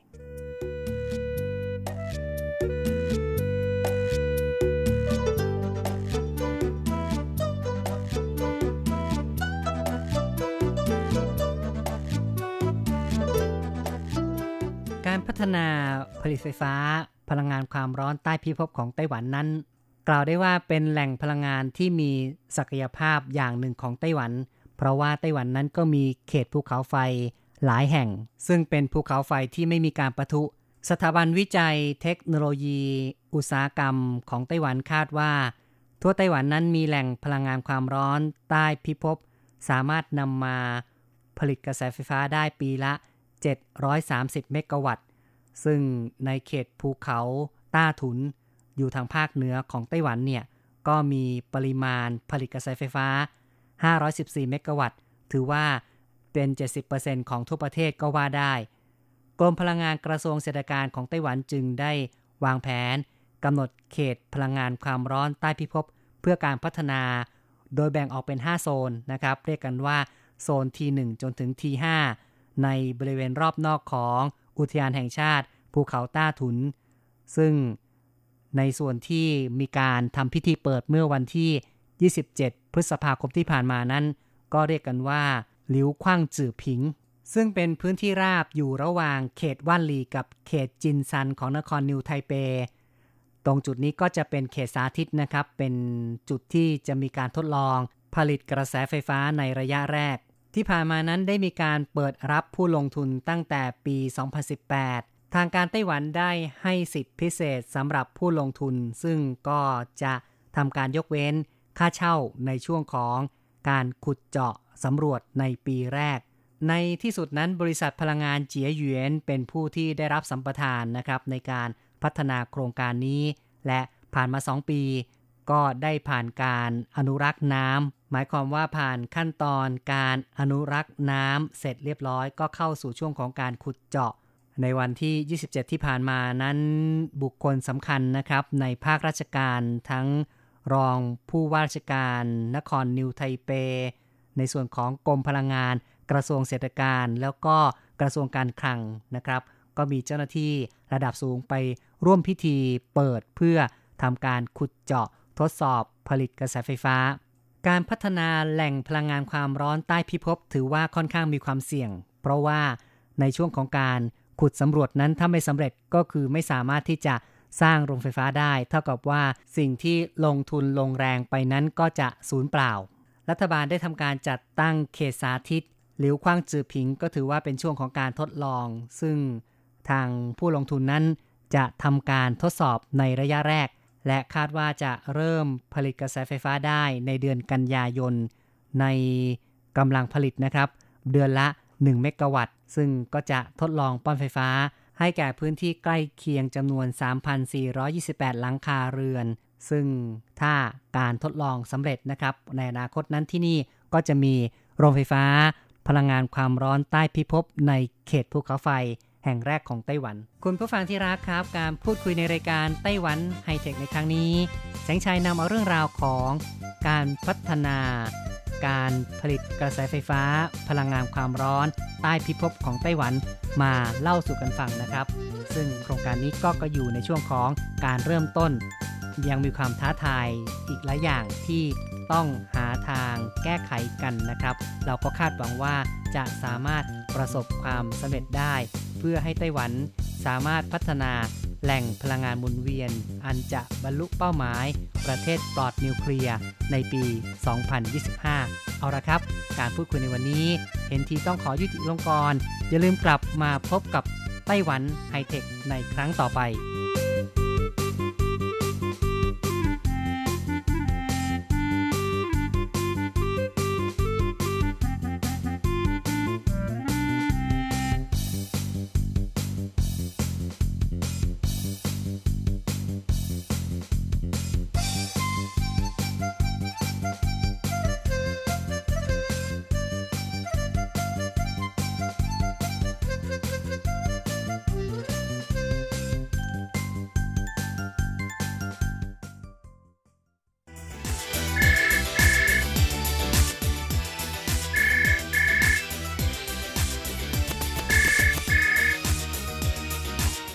การพัฒนาผลิตไฟฟ้าพลังงานความร้อนใต้พิภพของไต้หวันนั้นกล่าวได้ว่าเป็นแหล่งพลังงานที่มีศักยภาพอย่างหนึ่งของไต้หวันเพราะว่าไต้หวันนั้นก็มีเขตภูเขาไฟหลายแห่งซึ่งเป็นภูเขาไฟที่ไม่มีการปะทุสถาบันวิจัยเทคโนโลยีอุตสาหกรรมของไต้หวันคาดว่าทั่วไต้หวันนั้นมีแหล่งพลังงานความร้อนใต้พิภพสามารถนำมาผลิตกระแสไฟฟ้าได้ปีละเจ็ดร้อยสามสิบเมกะวัตต์ซึ่งในเขตภูเขาต้าถุนอยู่ทางภาคเหนือของไต้หวันเนี่ยก็มีปริมาณผลิตกระแสไฟฟ้าห้าร้อยสิบสี่เมกะวัตต์ถือว่าเป็น เจ็ดสิบเปอร์เซ็นต์ ของทั่วประเทศก็ว่าได้กรมพลังงานกระทรวงเศรษฐกิจของไต้หวันจึงได้วางแผนกำหนดเขตพลังงานความร้อนใต้พิภพเพื่อการพัฒนาโดยแบ่งออกเป็นห้าโซนนะครับเรียกกันว่าโซน ที หนึ่ง จนถึง ที ห้า ในบริเวณรอบนอกของอุทยานแห่งชาติภูเขาต้าถุนซึ่งในส่วนที่มีการทำพิธีเปิดเมื่อวันที่ยี่สิบเจ็ดพฤษภาคมที่ผ่านมานั้นก็เรียกกันว่าหลิวขว้างจื่อผิงซึ่งเป็นพื้นที่ราบอยู่ระหว่างเขตว่านหลีกับเขตจินซันของนครนิวไทเปตรงจุดนี้ก็จะเป็นเขตสาธิตนะครับเป็นจุดที่จะมีการทดลองผลิตกระแสไฟฟ้าในระยะแรกที่ผ่านมานั้นได้มีการเปิดรับผู้ลงทุนตั้งแต่ปีสองพันสิบแปดทางการไต้หวันได้ให้สิทธิพิเศษสำหรับผู้ลงทุนซึ่งก็จะทำการยกเว้นค่าเช่าในช่วงของการขุดเจาะสำรวจในปีแรกในที่สุดนั้นบริษัทพลังงานเจี๋ยหยวนเป็นผู้ที่ได้รับสัมปทานนะครับในการพัฒนาโครงการนี้และผ่านมาสองปีก็ได้ผ่านการอนุรักษ์น้ำหมายความว่าผ่านขั้นตอนการอนุรักษ์น้ำเสร็จเรียบร้อยก็เข้าสู่ช่วงของการขุดเจาะในวันที่ยี่สิบเจ็ดที่ผ่านมานั้นบุคคลสำคัญนะครับในภาคราชการทั้งรองผู้ว่าราชการนครนิวไทเปในส่วนของกรมพลังงานกระทรวงเศรษฐกิจแล้วก็กระทรวงการคลังนะครับก็มีเจ้าหน้าที่ระดับสูงไปร่วมพิธีเปิดเพื่อทำการขุดเจาะทดสอบผลิตกระแสไฟฟ้าการพัฒนาแหล่งพลังงานความร้อนใต้พิภพถือว่าค่อนข้างมีความเสี่ยงเพราะว่าในช่วงของการขุดสำรวจนั้นถ้าไม่สำเร็จก็คือไม่สามารถที่จะสร้างโรงไฟฟ้าได้เท่ากับว่าสิ่งที่ลงทุนลงแรงไปนั้นก็จะสูญเปล่ารัฐบาลได้ทำการจัดตั้งเขตสาธิตหลิวขว้างจื่อผิงก็ถือว่าเป็นช่วงของการทดลองซึ่งทางผู้ลงทุนนั้นจะทำการทดสอบในระยะแรกและคาดว่าจะเริ่มผลิตกระแสไฟฟ้าได้ในเดือนกันยายนในกำลังผลิตนะครับเดือนละหนึ่งเมกะวัตต์ซึ่งก็จะทดลองป้อนไฟฟ้าให้แก่พื้นที่ใกล้เคียงจำนวน สามพันสี่ร้อยยี่สิบแปด หลังคาเรือนซึ่งถ้าการทดลองสำเร็จนะครับในอนาคตนั้นที่นี่ก็จะมีโรงไฟฟ้าพลังงานความร้อนใต้พิภพในเขตภูเขาไฟแห่งแรกของไต้หวันคุณผู้ฟังที่รักครับการพูดคุยในรายการไต้หวันไฮเทคในครั้งนี้แสงชัยนำเอาเรื่องราวของการพัฒนาการผลิตกระแสไฟฟ้าพลังงานความร้อนใต้พิภพของไต้หวันมาเล่าสู่กันฟังนะครับซึ่งโครงการนี้ก็ก็อยู่ในช่วงของการเริ่มต้นยังมีความท้าทายอีกหลายอย่างที่ต้องหาทางแก้ไขกันนะครับเราก็คาดหวังว่าจะสามารถประสบความสำเร็จได้เพื่อให้ไต้หวันสามารถพัฒนาแหล่งพลังงานหมุนเวียนอันจะบรรลุเป้าหมายประเทศปลอดนิวเคลียร์ในปี สองพันยี่สิบห้า เอาละครับการพูดคุยในวันนี้เห็นทีต้องขอยุติลงก่อนอย่าลืมกลับมาพบกับไต้หวันไฮเทคในครั้งต่อไป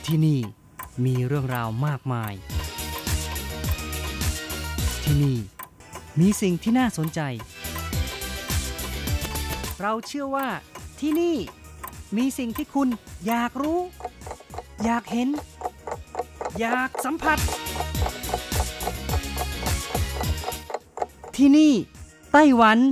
ที่นี่มีเรื่องราวมากมายที่นี่มีสิ่งที่น่าสนใจเราเชื่อว่าที่นี่มีสิ่งที่คุณอยากรู้อยากเห็นอยากสัมผัสที่นี่ไต้หวัน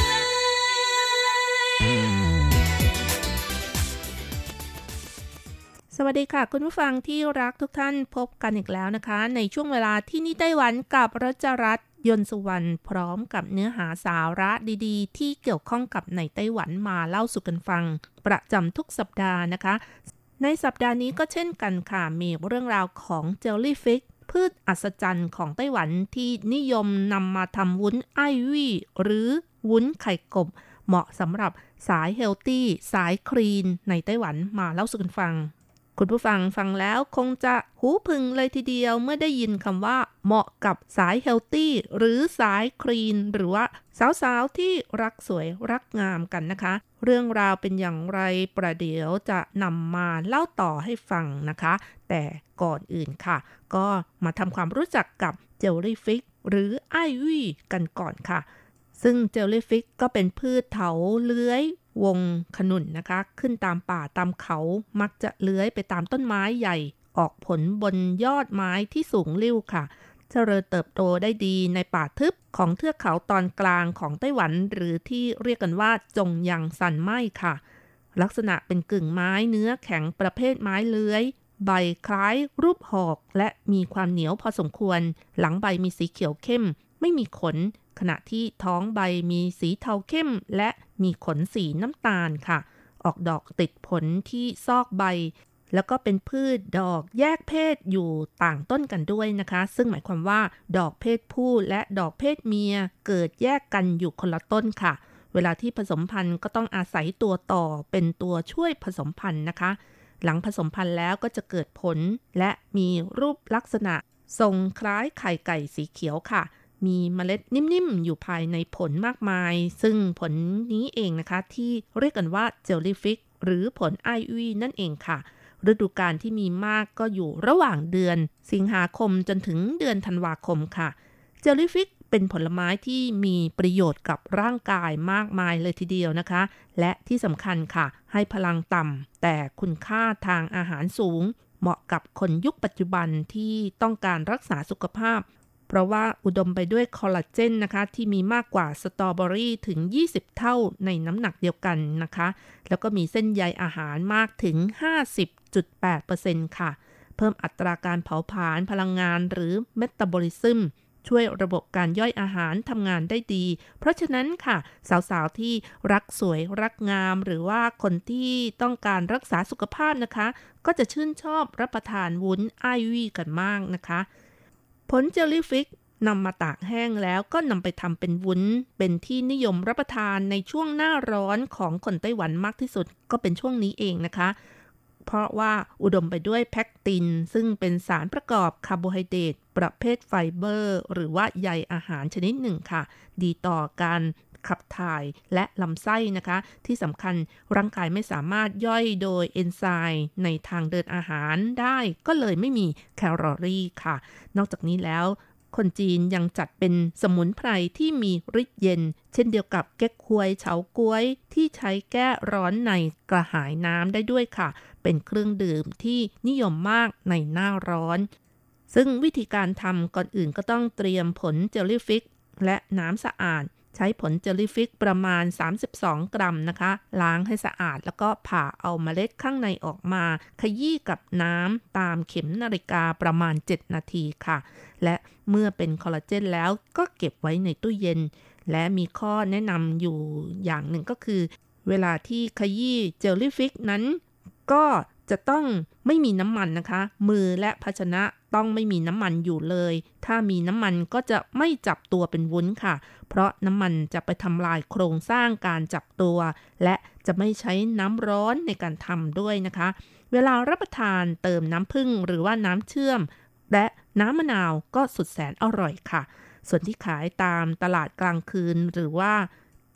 สวัสดีค่ะคุณผู้ฟังที่รักทุกท่านพบกันอีกแล้วนะคะในช่วงเวลาที่นี่ไต้หวันกับรัชรัตน์ยนต์สุวรรณพร้อมกับเนื้อหาสาระดีๆที่เกี่ยวข้องกับในไต้หวันมาเล่าสู่กันฟังประจำทุกสัปดาห์นะคะในสัปดาห์นี้ก็เช่นกันค่ะมีเรื่องราวของเจลลี่ฟิชพืชอัศจรรย์ของไต้หวันที่นิยมนำมาทำวุ้นไอวี่หรือวุ้นไข่กบเหมาะสำหรับสายเฮลตี้สายคลีนในไต้หวันมาเล่าสู่กันฟังคุณผู้ฟังฟังแล้วคงจะหูผึ่งเลยทีเดียวเมื่อได้ยินคำว่าเหมาะกับสายเฮลตี้หรือสายคลีนหรือว่าสาวๆที่รักสวยรักงามกันนะคะเรื่องราวเป็นอย่างไรประเดี๋ยวจะนำมาเล่าต่อให้ฟังนะคะแต่ก่อนอื่นค่ะก็มาทำความรู้จักกับเจลลี่ฟิชหรือไอวี่กันก่อนค่ะซึ่งเจลลี่ฟิชก็เป็นพืชเถาเลื้อยวงขนุนนะคะขึ้นตามป่าตามเขามักจะเลื้อยไปตามต้นไม้ใหญ่ออกผลบนยอดไม้ที่สูงลิ่วค่ะเจริญเติบโตได้ดีในป่าทึบของเทือกเขาตอนกลางของไต้หวันหรือที่เรียกกันว่าจงยังซันไม้ค่ะลักษณะเป็นกึ่งไม้เนื้อแข็งประเภทไม้เลื้อยใบคล้ายรูปหอกและมีความเหนียวพอสมควรหลังใบมีสีเขียวเข้มไม่มีขนขณะที่ท้องใบมีสีเทาเข้มและมีขนสีน้ำตาลค่ะออกดอกติดผลที่ซอกใบแล้วก็เป็นพืชดอกแยกเพศอยู่ต่างต้นกันด้วยนะคะซึ่งหมายความว่าดอกเพศผู้และดอกเพศเมียเกิดแยกกันอยู่คนละต้นค่ะเวลาที่ผสมพันธุ์ก็ต้องอาศัยตัวต่อเป็นตัวช่วยผสมพันธุ์นะคะหลังผสมพันธุ์แล้วก็จะเกิดผลและมีรูปลักษณะทรงคล้ายไข่ไก่สีเขียวค่ะมีเมล็ดนิ่มๆอยู่ภายในผลมากมายซึ่งผลนี้เองนะคะที่เรียกกันว่าเจลลี่ฟิชหรือผลไอวี่นั่นเองค่ะฤดูกาลที่มีมากก็อยู่ระหว่างเดือนสิงหาคมจนถึงเดือนธันวาคมค่ะเจลลี่ฟิชเป็นผลไม้ที่มีประโยชน์กับร่างกายมากมายเลยทีเดียวนะคะและที่สำคัญค่ะให้พลังต่ำแต่คุณค่าทางอาหารสูงเหมาะกับคนยุคปัจจุบันที่ต้องการรักษาสุขภาพเพราะว่าอุดมไปด้วยคอลลาเจนนะคะที่มีมากกว่าสตรอเบอรี่ถึงยี่สิบเท่าในน้ำหนักเดียวกันนะคะแล้วก็มีเส้นใยอาหารมากถึง ห้าสิบจุดแปดเปอร์เซ็นต์ ค่ะเพิ่มอัตราการเผาผลาญพลังงานหรือเมตาบอลิซึมช่วยระบบการย่อยอาหารทำงานได้ดีเพราะฉะนั้นค่ะสาวๆที่รักสวยรักงามหรือว่าคนที่ต้องการรักษาสุขภาพนะคะก็จะชื่นชอบรับประทานวุ้นไอวี่กันมากนะคะผลเจลลี่ฟิชนำมาตากแห้งแล้วก็นำไปทำเป็นวุ้นเป็นที่นิยมรับประทานในช่วงหน้าร้อนของคนไต้หวันมากที่สุดก็เป็นช่วงนี้เองนะคะเพราะว่าอุดมไปด้วยแพคตินซึ่งเป็นสารประกอบคาร์โบไฮเดรตประเภทไฟเบอร์หรือว่าใยอาหารชนิดหนึ่งค่ะดีต่อการขับถ่ายและลำไส้นะคะที่สำคัญร่างกายไม่สามารถย่อยโดยเอนไซม์ในทางเดินอาหารได้ก็เลยไม่มีแคลอรี่ค่ะนอกจากนี้แล้วคนจีนยังจัดเป็นสมุนไพรที่มีฤทธิ์เย็นเช่นเดียวกับเก๊กฮวยเฉาก๊วยที่ใช้แก้ร้อนในกระหายน้ำได้ด้วยค่ะเป็นเครื่องดื่มที่นิยมมากในหน้าร้อนซึ่งวิธีการทำก่อนอื่นก็ต้องเตรียมผลเจลลี่ฟิชและน้ำสะอาดใช้ผลเจลลี่ฟิชประมาณสามสิบสองกรัมนะคะล้างให้สะอาดแล้วก็ผ่าเอาเมล็ดข้างในออกมาขยี้กับน้ำตามเข็มนาฬิกาประมาณเจ็ดนาทีค่ะและเมื่อเป็นคอลลาเจนแล้วก็เก็บไว้ในตู้เย็นและมีข้อแนะนำอยู่อย่างหนึ่งก็คือเวลาที่ขยี้เจลลี่ฟิชนั้นก็จะต้องไม่มีน้ำมันนะคะมือและภาชนะต้องไม่มีน้ำมันอยู่เลยถ้ามีน้ำมันก็จะไม่จับตัวเป็นวุ้นค่ะเพราะน้ำมันจะไปทำลายโครงสร้างการจับตัวและจะไม่ใช้น้ำร้อนในการทำด้วยนะคะเวลารับประทานเติมน้ำผึ้งหรือว่าน้ำเชื่อมและน้ำมะนาวก็สุดแสนอร่อยค่ะส่วนที่ขายตามตลาดกลางคืนหรือว่า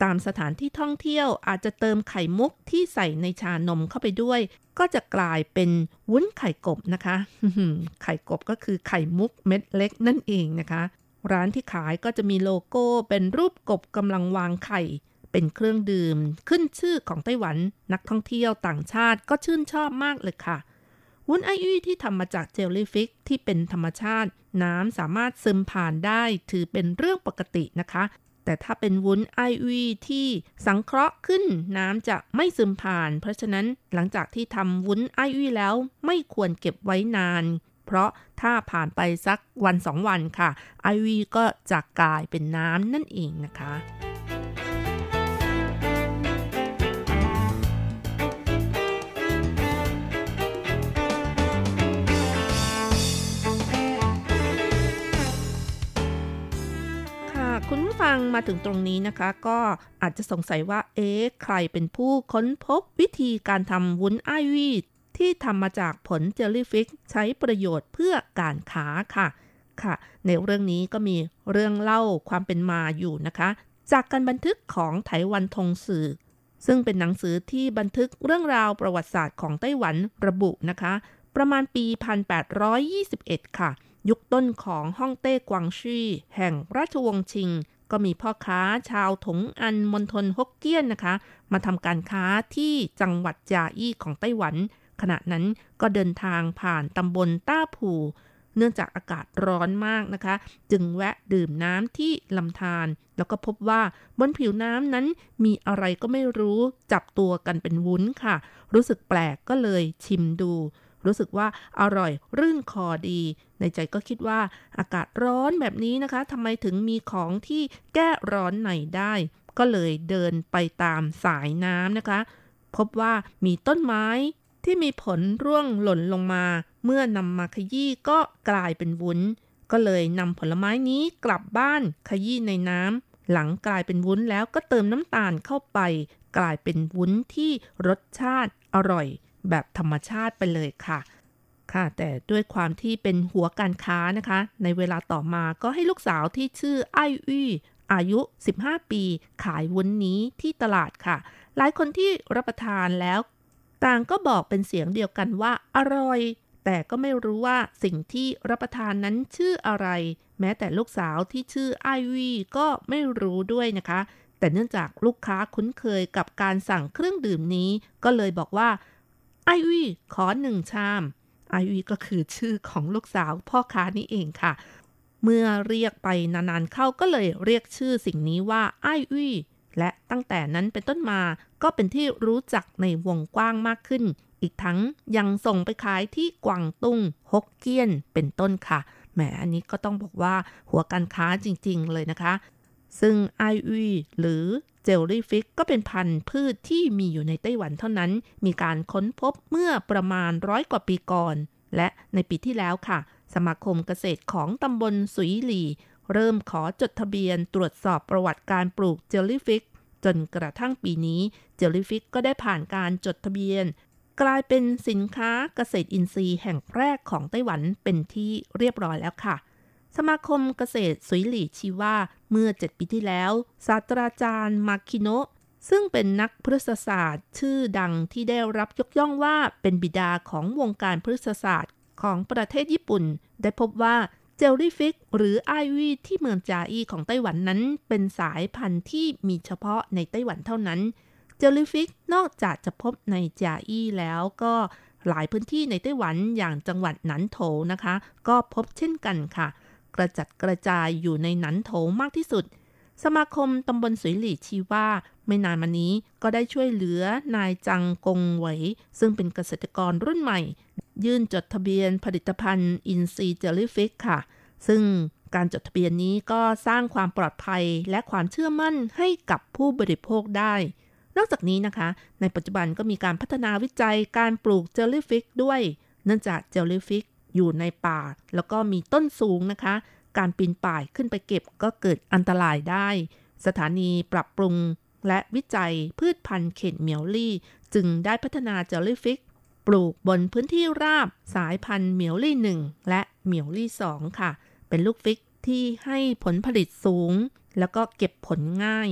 ตามสถานที่ท่องเที่ยวอาจจะเติมไข่มุกที่ใส่ในชานมเข้าไปด้วยก็จะกลายเป็นวุ้นไข่กบนะคะ ไข่กบก็คือไข่มุกเม็ดเล็กนั่นเองนะคะร้านที่ขายก็จะมีโลโก้เป็นรูปกบกำลังวางไข่เป็นเครื่องดื่มขึ้นชื่อของไต้หวันนักท่องเที่ยวต่างชาติก็ชื่นชอบมากเลยค่ะวุ้นไอวี่ที่ทำมาจากเจลลี่ฟิชที่เป็นธรรมชาติน้ำสามารถซึมผ่านได้ถือเป็นเรื่องปกตินะคะแต่ถ้าเป็นวุ้นไอวี่ที่สังเคราะห์ขึ้นน้ำจะไม่ซึมผ่านเพราะฉะนั้นหลังจากที่ทำวุ้นไอวี่แล้วไม่ควรเก็บไว้นานเพราะถ้าผ่านไปสักวันสองวันค่ะไอวี่ก็จะกลายเป็นน้ำนั่นเองนะคะคุณผู้ฟังมาถึงตรงนี้นะคะก็อาจจะสงสัยว่าเอ๊ะใครเป็นผู้ค้นพบวิธีการทำวุ้นไอวี่ที่ทำมาจากผลเจลลี่ฟิชใช้ประโยชน์เพื่อการค้าค่ะค่ะในเรื่องนี้ก็มีเรื่องเล่าความเป็นมาอยู่นะคะจากการบันทึกของไต้หวันทงสื่อซึ่งเป็นหนังสือที่บันทึกเรื่องราวประวัติศาสตร์ของไต้หวันระบุนะคะประมาณปีหนึ่งพันแปดร้อยยี่สิบเอ็ดค่ะยุคต้นของฮ่องเต้กวางชี่แห่งราชวงศ์ชิงก็มีพ่อค้าชาวถงอันมณฑลฮกเกี้ยนนะคะมาทำการค้าที่จังหวัดจาอี้ของไต้หวันขณะนั้นก็เดินทางผ่านตำบลต้าผู่เนื่องจากอากาศร้อนมากนะคะจึงแวะดื่มน้ำที่ลำธารแล้วก็พบว่าบนผิวน้ำนั้นมีอะไรก็ไม่รู้จับตัวกันเป็นวุ้นค่ะรู้สึกแปลกก็เลยชิมดูรู้สึกว่าอร่อยรื่นคอดีในใจก็คิดว่าอากาศร้อนแบบนี้นะคะทำไมถึงมีของที่แก้ร้อนในได้ก็เลยเดินไปตามสายน้ำนะคะพบว่ามีต้นไม้ที่มีผลร่วงหล่นลงมาเมื่อนำมาขยี้ก็กลายเป็นวุ้นก็เลยนำผลไม้นี้กลับบ้านขยี้ในน้ำหลังกลายเป็นวุ้นแล้วก็เติมน้ำตาลเข้าไปกลายเป็นวุ้นที่รสชาติอร่อยแบบธรรมชาติไปเลยค่ะค่ะแต่ด้วยความที่เป็นหัวการค้านะคะในเวลาต่อมาก็ให้ลูกสาวที่ชื่อไอวี่อายุสิบห้าปีขายวุ้นนี้ที่ตลาดค่ะหลายคนที่รับประทานแล้วต่างก็บอกเป็นเสียงเดียวกันว่าอร่อยแต่ก็ไม่รู้ว่าสิ่งที่รับประทานนั้นชื่ออะไรแม้แต่ลูกสาวที่ชื่อไอวี่ก็ไม่รู้ด้วยนะคะแต่เนื่องจากลูกค้าคุ้นเคยกับการสั่งเครื่องดื่มนี้ก็เลยบอกว่าไอวี่ขอหนึ่งชามไอวี่ก็คือชื่อของลูกสาวพ่อค้านี่เองค่ะเมื่อเรียกไปนานๆเข้าก็เลยเรียกชื่อสิ่งนี้ว่าไอวี่และตั้งแต่นั้นเป็นต้นมาก็เป็นที่รู้จักในวงกว้างมากขึ้นอีกทั้งยังส่งไปขายที่กวางตุ้งฮกเกี้ยนเป็นต้นค่ะแหมอันนี้ก็ต้องบอกว่าหัวการค้าจริงๆเลยนะคะซึ่งไอวี่หรือเจลลี่ฟิชก็เป็นพันธุ์พืชที่มีอยู่ในไต้หวันเท่านั้นมีการค้นพบเมื่อประมาณร้อยกว่าปีก่อนและในปีที่แล้วค่ะสมาคมเกษตรของตำบลสุยหลี่เริ่มขอจดทะเบียนตรวจสอบประวัติการปลูกเจลลี่ฟิชจนกระทั่งปีนี้เจลลี่ฟิชก็ได้ผ่านการจดทะเบียนกลายเป็นสินค้าเกษตรอินทรีย์แห่งแรกของไต้หวันเป็นที่เรียบร้อยแล้วค่ะสมาคมเกษตรสุยหลี่ชี้ว่าเมื่อเจ็ดปีที่แล้วศาสตราจารย์มาคิโนะซึ่งเป็นนักพฤกษศาสตร์ชื่อดังที่ได้รับยกย่องว่าเป็นบิดาของวงการพฤกษศาสตร์ของประเทศญี่ปุ่นได้พบว่าเจลลี่ฟิชหรือไอวี่ที่เมืองจาอี้ของไต้หวันนั้นเป็นสายพันธุ์ที่มีเฉพาะในไต้หวันเท่านั้นเจลลี่ฟิชนอกจากจะพบในจาอี้แล้วก็หลายพื้นที่ในไต้หวันอย่างจังหวัดหนันโถนะคะก็พบเช่นกันค่ะกระจัดกระจายอยู่ในหนันโถมากที่สุดสมาคมตำบลสุยหลี่ชี้ว่าไม่นานมานี้ก็ได้ช่วยเหลือนายจังกงเหวยซึ่งเป็นเกษตรกรรุ่นใหม่ยื่นจดทะเบียนผลิตภัณฑ์อินทรีย์เจลลี่ฟิชค่ะซึ่งการจดทะเบียนนี้ก็สร้างความปลอดภัยและความเชื่อมั่นให้กับผู้บริโภคได้นอกจากนี้นะคะในปัจจุบันก็มีการพัฒนาวิจัยการปลูกเจลลี่ฟิชด้วยเนื่องจากเจลลี่ฟิชอยู่ในป่าแล้วก็มีต้นสูงนะคะการปีนป่ายขึ้นไปเก็บก็เกิดอันตรายได้สถานีปรับปรุงและวิจัยพืชพันธุ์เขตเหมียวลี่จึงได้พัฒนาเจลลี่ฟิชปลูกบนพื้นที่ราบสายพันธุ์เหมียวลี่หนึ่งและเหมียวลี่สองค่ะเป็นลูกฟิชที่ให้ผลผลิตสูงแล้วก็เก็บผลง่าย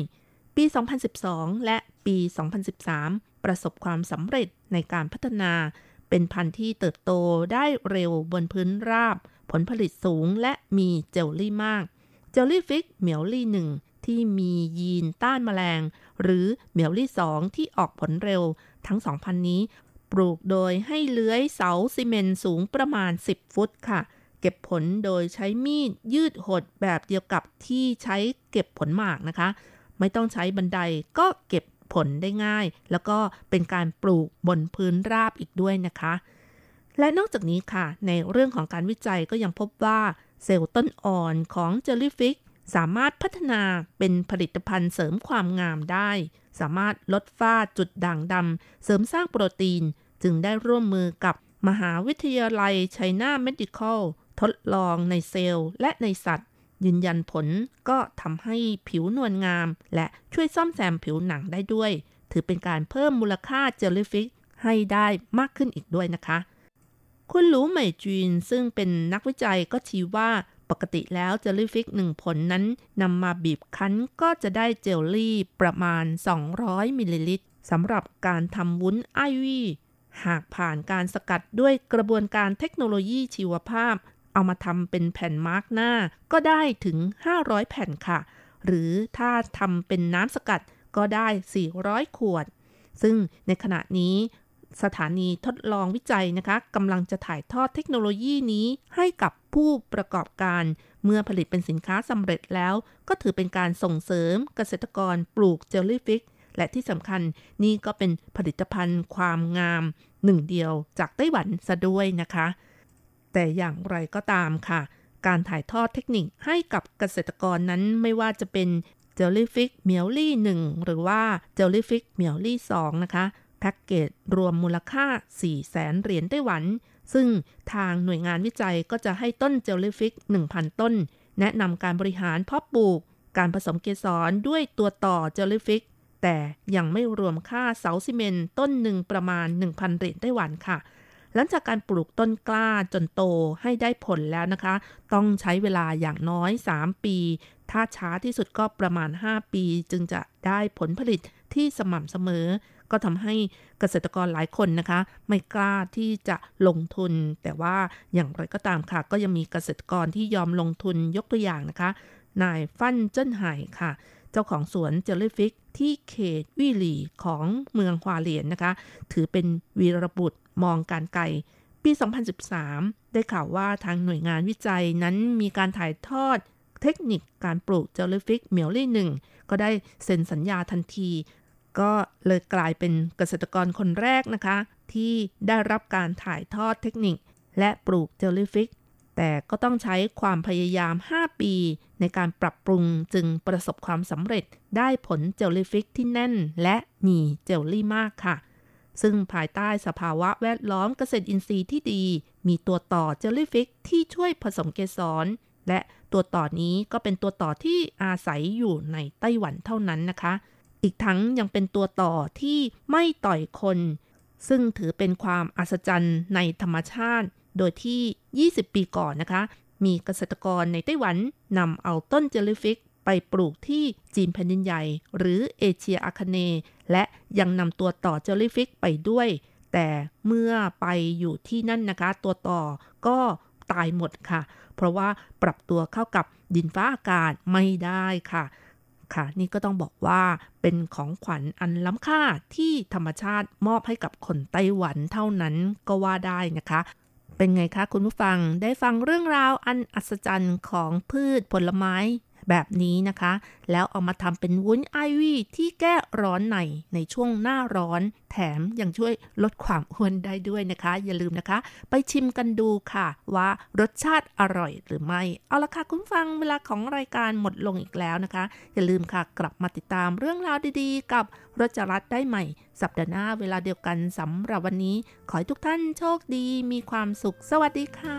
ปี สองพันสิบสอง และปี สองพันสิบสาม ประสบความสำเร็จในการพัฒนาเป็นพันธุ์ที่เติบโตได้เร็วบนพื้นราบผลผลิตสูงและมีเจลลี่มากเจลลี่ฟิกเหมียวลี่หนึ่งที่มียีนต้านแมลงหรือเหมียวลี่สองที่ออกผลเร็วทั้งสองพันธุ์นี้ปลูกโดยให้เลื้อยเสาซีเมนต์สูงประมาณสิบฟุตค่ะเก็บผลโดยใช้มีดยืดหดแบบเดียวกับที่ใช้เก็บผลหมากนะคะไม่ต้องใช้บันไดก็เก็บผลได้ง่ายแล้วก็เป็นการปลูกบนพื้นราบอีกด้วยนะคะและนอกจากนี้ค่ะในเรื่องของการวิจัยก็ยังพบว่าเซลล์ต้นอ่อนของเจลลี่ฟิกสามารถพัฒนาเป็นผลิตภัณฑ์เสริมความงามได้สามารถลดฝ้าจุดด่างดำเสริมสร้างโปรตีนจึงได้ร่วมมือกับมหาวิทยาลัยไชน่าเมดิคอลทดลองในเซลล์และในสัตว์ยืนยันผลก็ทำให้ผิวนวลงามและช่วยซ่อมแซมผิวหนังได้ด้วยถือเป็นการเพิ่มมูลค่าเจลลี่ฟิกให้ได้มากขึ้นอีกด้วยนะคะคุณหลูเหมยจีนซึ่งเป็นนักวิจัยก็ชี้ว่าปกติแล้วเจลลี่ฟิกหนึ่งผลนั้นนำมาบีบคั้นก็จะได้เจลลี่ประมาณสองร้อยมิลลิลิตรสำหรับการทำวุ้นไอวี่หากผ่านการสกัดด้วยกระบวนการเทคโนโลยีชีวภาพเอามาทำเป็นแผ่นมาร์กหน้าก็ได้ถึงห้าร้อยแผ่นค่ะหรือถ้าทำเป็นน้ำสกัดก็ได้สี่ร้อยขวดซึ่งในขณะนี้สถานีทดลองวิจัยนะคะกำลังจะถ่ายทอดเทคโนโลยีนี้ให้กับผู้ประกอบการเมื่อผลิตเป็นสินค้าสำเร็จแล้วก็ถือเป็นการส่งเสริมเกษตรกรปลูกเจลลี่ฟิกและที่สำคัญนี่ก็เป็นผลิตภัณฑ์ความงามหนึ่งเดียวจากไต้หวันซะด้วยนะคะแต่อย่างไรก็ตามค่ะการถ่ายทอดเทคนิคให้กับเกษตรกรนั้นไม่ว่าจะเป็นเจลลี่ฟิกเหมียวลี่หนึ่งหรือว่าเจลลี่ฟิกเหมียวลี่สองนะคะแพ็กเกจรวมมูลค่า สี่แสน เหรียญไต้หวันซึ่งทางหน่วยงานวิจัยก็จะให้ต้นเจลลี่ฟิก หนึ่งพัน ต้นแนะนำการบริหารเพาะปลูกการผสมเกสรด้วยตัวต่อเจลลี่ฟิกแต่ยังไม่รวมค่าเสาซีเมนต์ต้นหนึ่งประมาณ หนึ่งพัน เหรียญไต้หวันค่ะหลังจากการปลูกต้นกล้าจนโตให้ได้ผลแล้วนะคะต้องใช้เวลาอย่างน้อยสามปีถ้าช้าที่สุดก็ประมาณห้าปีจึงจะได้ผลผลิตที่สม่ำเสมอก็ทำให้เกษตรกรหลายคนนะคะไม่กล้าที่จะลงทุนแต่ว่าอย่างไรก็ตามค่ะก็ยังมีเกษตรกรที่ยอมลงทุนยกตัวอย่างนะคะนายฟั่นเจิ้นไห่ค่ะเจ้าของสวนเจลลี่ฟิกที่เขตวี่หลี่ของเมืองฮวาเหลียนนะคะถือเป็นวีรบุรุษมองการไกลปี สองพันสิบสาม ได้ข่าวว่าทางหน่วยงานวิจัยนั้นมีการถ่ายทอดเทคนิคการปลูกเจลลี่ฟิกเหมียวลี่หนึ่งก็ได้เซ็นสัญญาทันทีก็เลยกลายเป็นเกษตรกรคนแรกนะคะที่ได้รับการถ่ายทอดเทคนิคและปลูกเจลลี่ฟิกแต่ก็ต้องใช้ความพยายามห้าปีในการปรับปรุงจึงประสบความสำเร็จได้ผลเจลลี่ฟิกที่แน่นและมีเจลลี่มากค่ะซึ่งภายใต้สภาวะแวดล้อมเกษตรอินทรีย์ที่ดีมีตัวต่อเจลลี่ฟิกที่ช่วยผสมเกสรและตัวต่อนี้ก็เป็นตัวต่อที่อาศัยอยู่ในไต้หวันเท่านั้นนะคะอีกทั้งยังเป็นตัวต่อที่ไม่ต่อยคนซึ่งถือเป็นความอัศจรรย์ในธรรมชาติโดยที่ยี่สิบปีก่อนนะคะมีเกษตรกรในไต้หวันนำเอาต้นเจลลี่ฟิกไปปลูกที่จีนแผ่นดินใหญ่หรือเอเชียอาคเนย์และยังนำตัวต่อเจลลี่ฟิกไปด้วยแต่เมื่อไปอยู่ที่นั่นนะคะตัวต่อก็ตายหมดค่ะเพราะว่าปรับตัวเข้ากับดินฟ้าอากาศไม่ได้ค่ะค่ะนี่ก็ต้องบอกว่าเป็นของขวัญอันล้ำค่าที่ธรรมชาติมอบให้กับคนไต้หวันเท่านั้นก็ว่าได้นะคะเป็นไงคะคุณผู้ฟังได้ฟังเรื่องราวอันอัศจรรย์ของพืชผลไม้แบบนี้นะคะแล้วเอามาทำเป็นวุ้นไอวี่ที่แก้ร้อนในในช่วงหน้าร้อนแถมยังช่วยลดความอ้วนได้ด้วยนะคะอย่าลืมนะคะไปชิมกันดูค่ะว่ารสชาติอร่อยหรือไม่เอาละค่ะคุณฟังเวลาของรายการหมดลงอีกแล้วนะคะอย่าลืมค่ะกลับมาติดตามเรื่องราวดีๆกับรจรัสได้ใหม่สัปดาห์หน้าเวลาเดียวกันสำหรับวันนี้ขอให้ทุกท่านโชคดีมีความสุขสวัสดีค่ะ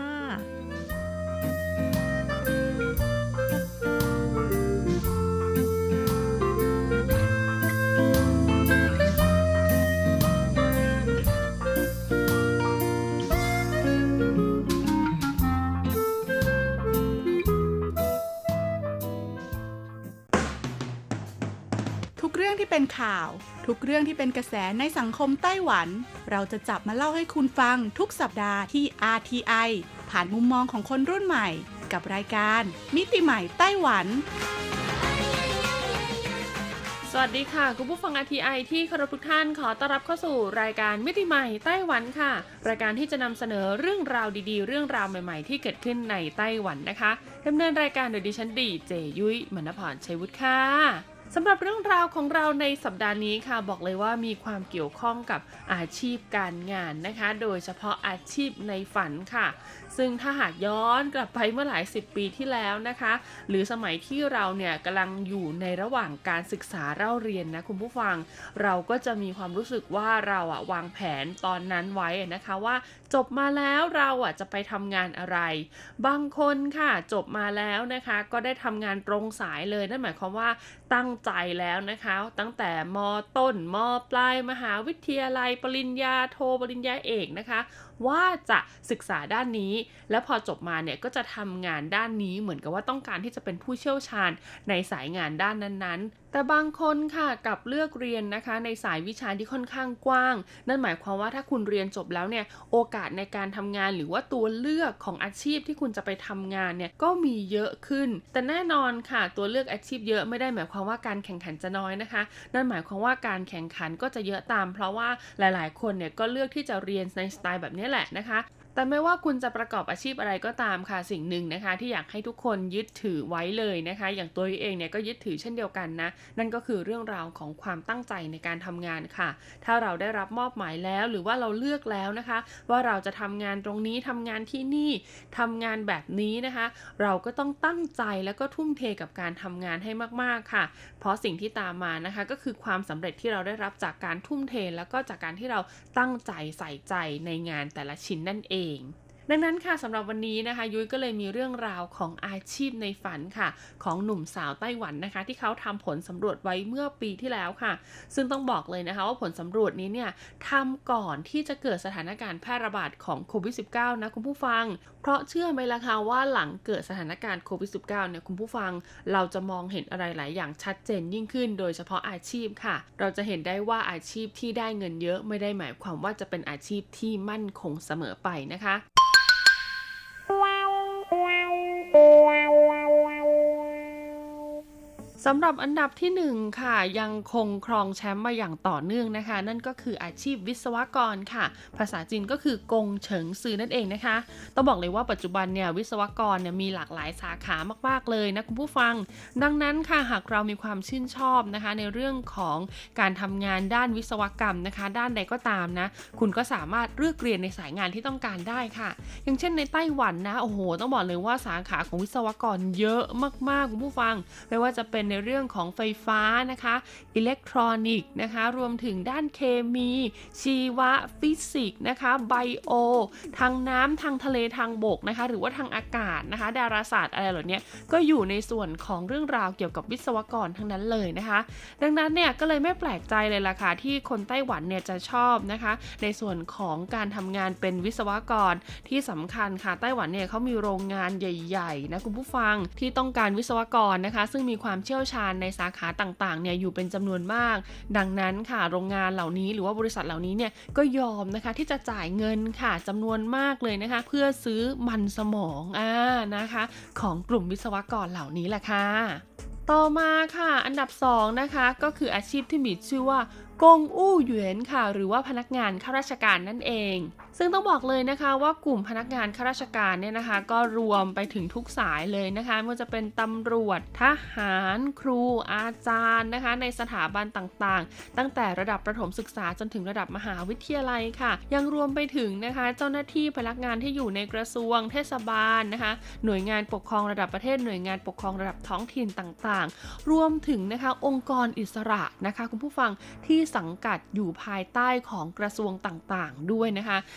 เป็นข่าวทุกเรื่องที่เป็นกระแสในสังคมไต้หวันเราจะจับมาเล่าให้คุณฟังทุกสัปดาห์ที่ อาร์ ที ไอ ผ่านมุมมองของคนรุ่นใหม่กับรายการมิติใหม่ไต้หวันสวัสดีค่ะคุณผู้ฟัง อาร์ ที ไอ ที่เคารพทุกท่านขอต้อนรับเข้าสู่รายการมิติใหม่ไต้หวันค่ะรายการที่จะนำเสนอเรื่องราวดีๆเรื่องราวใหม่ๆที่เกิดขึ้นในไต้หวันนะคะดำเนินรายการโดยดิฉันดีเจยุ้ยมณพรชัยวุฒิค่ะสำหรับเรื่องราวของเราในสัปดาห์นี้ค่ะบอกเลยว่ามีความเกี่ยวข้องกับอาชีพการงานนะคะโดยเฉพาะอาชีพในฝันค่ะซึ่งถ้าหากย้อนกลับไปเมื่อหลายสิบปีที่แล้วนะคะหรือสมัยที่เราเนี่ยกำลังอยู่ในระหว่างการศึกษาเล่าเรียนนะคุณผู้ฟังเราก็จะมีความรู้สึกว่าเราอะวางแผนตอนนั้นไว้นะคะว่าจบมาแล้วเราอะจะไปทำงานอะไรบางคนค่ะจบมาแล้วนะคะก็ได้ทำงานตรงสายเลยนั่นหมายความว่าตั้งใจแล้วนะคะตั้งแต่ม.ต้นม.ปลายมหาวิทยาลัยปริญญาโทปริญญาเอกนะคะว่าจะศึกษาด้านนี้แล้วพอจบมาเนี่ยก็จะทำงานด้านนี้เหมือนกับว่าต้องการที่จะเป็นผู้เชี่ยวชาญในสายงานด้านนั้นๆแต่บางคนค่ะกลับเลือกเรียนนะคะในสายวิชาที่ค่อนข้างกว้างนั่นหมายความว่าถ้าคุณเรียนจบแล้วเนี่ยโอกาสในการทำงานหรือว่าตัวเลือกของอาชีพที่คุณจะไปทำงานเนี่ยก็มีเยอะขึ้นแต่แน่นอนค่ะตัวเลือกอาชีพเยอะไม่ได้หมายความว่าการแข่งขันจะน้อยนะคะนั่นหมายความว่าการแข่งขันก็จะเยอะตามเพราะว่าหลายๆคนเนี่ยก็เลือกที่จะเรียนในสไตล์แบบนี้แหละนะคะแต่ไม่ว่าคุณจะประกอบอาชีพอะไรก็ตามค่ะสิ่งหนึ่งนะคะที่อยากให้ทุกคนยึดถือไว้เลยนะคะอย่างตัวเองเนี่ยก็ยึดถือเช่นเดียวกันนะนั่นก็คือเรื่องราวของความตั้งใจในการทำงานค่ะถ้าเราได้รับมอบหมายแล้วหรือว่าเราเลือกแล้วนะคะว่าเราจะทำงานตรงนี้ทำงานที่นี่ทำงานแบบนี้นะคะเราก็ต้องตั้งใจแล้วก็ทุ่มเทกับการทำงานให้มากๆค่ะเพราะสิ่งที่ตามมานะคะก็คือความสำเร็จที่เราได้รับจากการทุ่มเทแล้วก็จากการที่เราตั้งใจใส่ใจในงานแต่ละชิ้นนั่นเองดังนั้นค่ะสำหรับวันนี้นะคะยุ้ยก็เลยมีเรื่องราวของอาชีพในฝันค่ะของหนุ่มสาวไต้หวันนะคะที่เขาทำผลสำรวจไว้เมื่อปีที่แล้วค่ะซึ่งต้องบอกเลยนะคะว่าผลสำรวจนี้เนี่ยทำก่อนที่จะเกิดสถานการณ์แพร่ระบาดของโควิด สิบเก้า นะคุณผู้ฟังเพราะเชื่อไหมล่ะคะว่าหลังเกิดสถานการณ์โควิด สิบเก้า เนี่ยคุณผู้ฟังเราจะมองเห็นอะไรหลายอย่างชัดเจนยิ่งขึ้นโดยเฉพาะอาชีพค่ะเราจะเห็นได้ว่าอาชีพที่ได้เงินเยอะไม่ได้หมายความว่าจะเป็นอาชีพที่มั่นคงเสมอไปนะคะสำหรับอันดับที่หนึ่งค่ะยังคงครองแชมป์มาอย่างต่อเนื่องนะคะนั่นก็คืออาชีพวิศวกรค่ะภาษาจีนก็คือกงเฉิงซือนั่นเองนะคะต้องบอกเลยว่าปัจจุบันเนี่ยวิศวกรเนี่ยมีหลากหลายสาขามากๆเลยนะคุณผู้ฟังดังนั้นค่ะหากเรามีความชื่นชอบนะคะในเรื่องของการทำงานด้านวิศวกรรมนะคะด้านใดก็ตามนะคุณก็สามารถเลือกเรียนในสายงานที่ต้องการได้ค่ะอย่างเช่นในไต้หวันนะโอ้โหต้องบอกเลยว่าสาขาของวิศวกรเยอะมากๆคุณผู้ฟังไม่ว่าจะเป็นในเรื่องของไฟฟ้านะคะอิเล็กทรอนิกส์นะคะรวมถึงด้านเคมีชีวะฟิสิกส์นะคะไบโอทางน้ำทางทะเลทางบกนะคะหรือว่าทางอากาศนะคะดาราศาสตร์อะไรเหล่านี้ก็อยู่ในส่วนของเรื่องราวเกี่ยวกับวิศวกรทั้งนั้นเลยนะคะดังนั้นเนี่ยก็เลยไม่แปลกใจเลยล่ะค่ะที่คนไต้หวันเนี่ยจะชอบนะคะในส่วนของการทำงานเป็นวิศวกรที่สำคัญค่ะไต้หวันเนี่ยเขามีโรงงานใหญ่ๆนะคุณผู้ฟังที่ต้องการวิศวกรนะคะซึ่งมีความเชี่ยวชาญในสาขาต่างๆเนี่ยอยู่เป็นจำนวนมากดังนั้นค่ะโรงงานเหล่านี้หรือว่าบริษัทเหล่านี้เนี่ยก็ยอมนะคะที่จะจ่ายเงินค่ะจำนวนมากเลยนะคะเพื่อซื้อมันสมองอ่านะคะของกลุ่มวิศวกรเหล่านี้แหละค่ะต่อมาค่ะอันดับสองนะคะก็คืออาชีพที่มีชื่อว่ากงอู้หยวนค่ะหรือว่าพนักงานข้าราชการนั่นเองซึ่งต้องบอกเลยนะคะว่ากลุ่มพนักงานข้าราชการเนี่ยนะคะก็รวมไปถึงทุกสายเลยนะคะไม่ว่าจะเป็นตำรวจทหารครูอาจารย์นะคะในสถาบันต่างๆตั้งแต่ระดับประถมศึกษาจนถึงระดับมหาวิทยาลัยค่ะยังรวมไปถึงนะคะเจ้าหน้าที่พนักงานที่อยู่ในกระทรวงเทศบาลนะคะหน่วยงานปกครองระดับประเทศหน่วยงานปกครองระดับท้องถิ่นต่างๆรวมถึงนะคะองค์กรอิสระนะคะคุณผู้ฟังที่สังกัดอยู่ภายใต้ของกระทรวงต่างๆด้วยนะคะ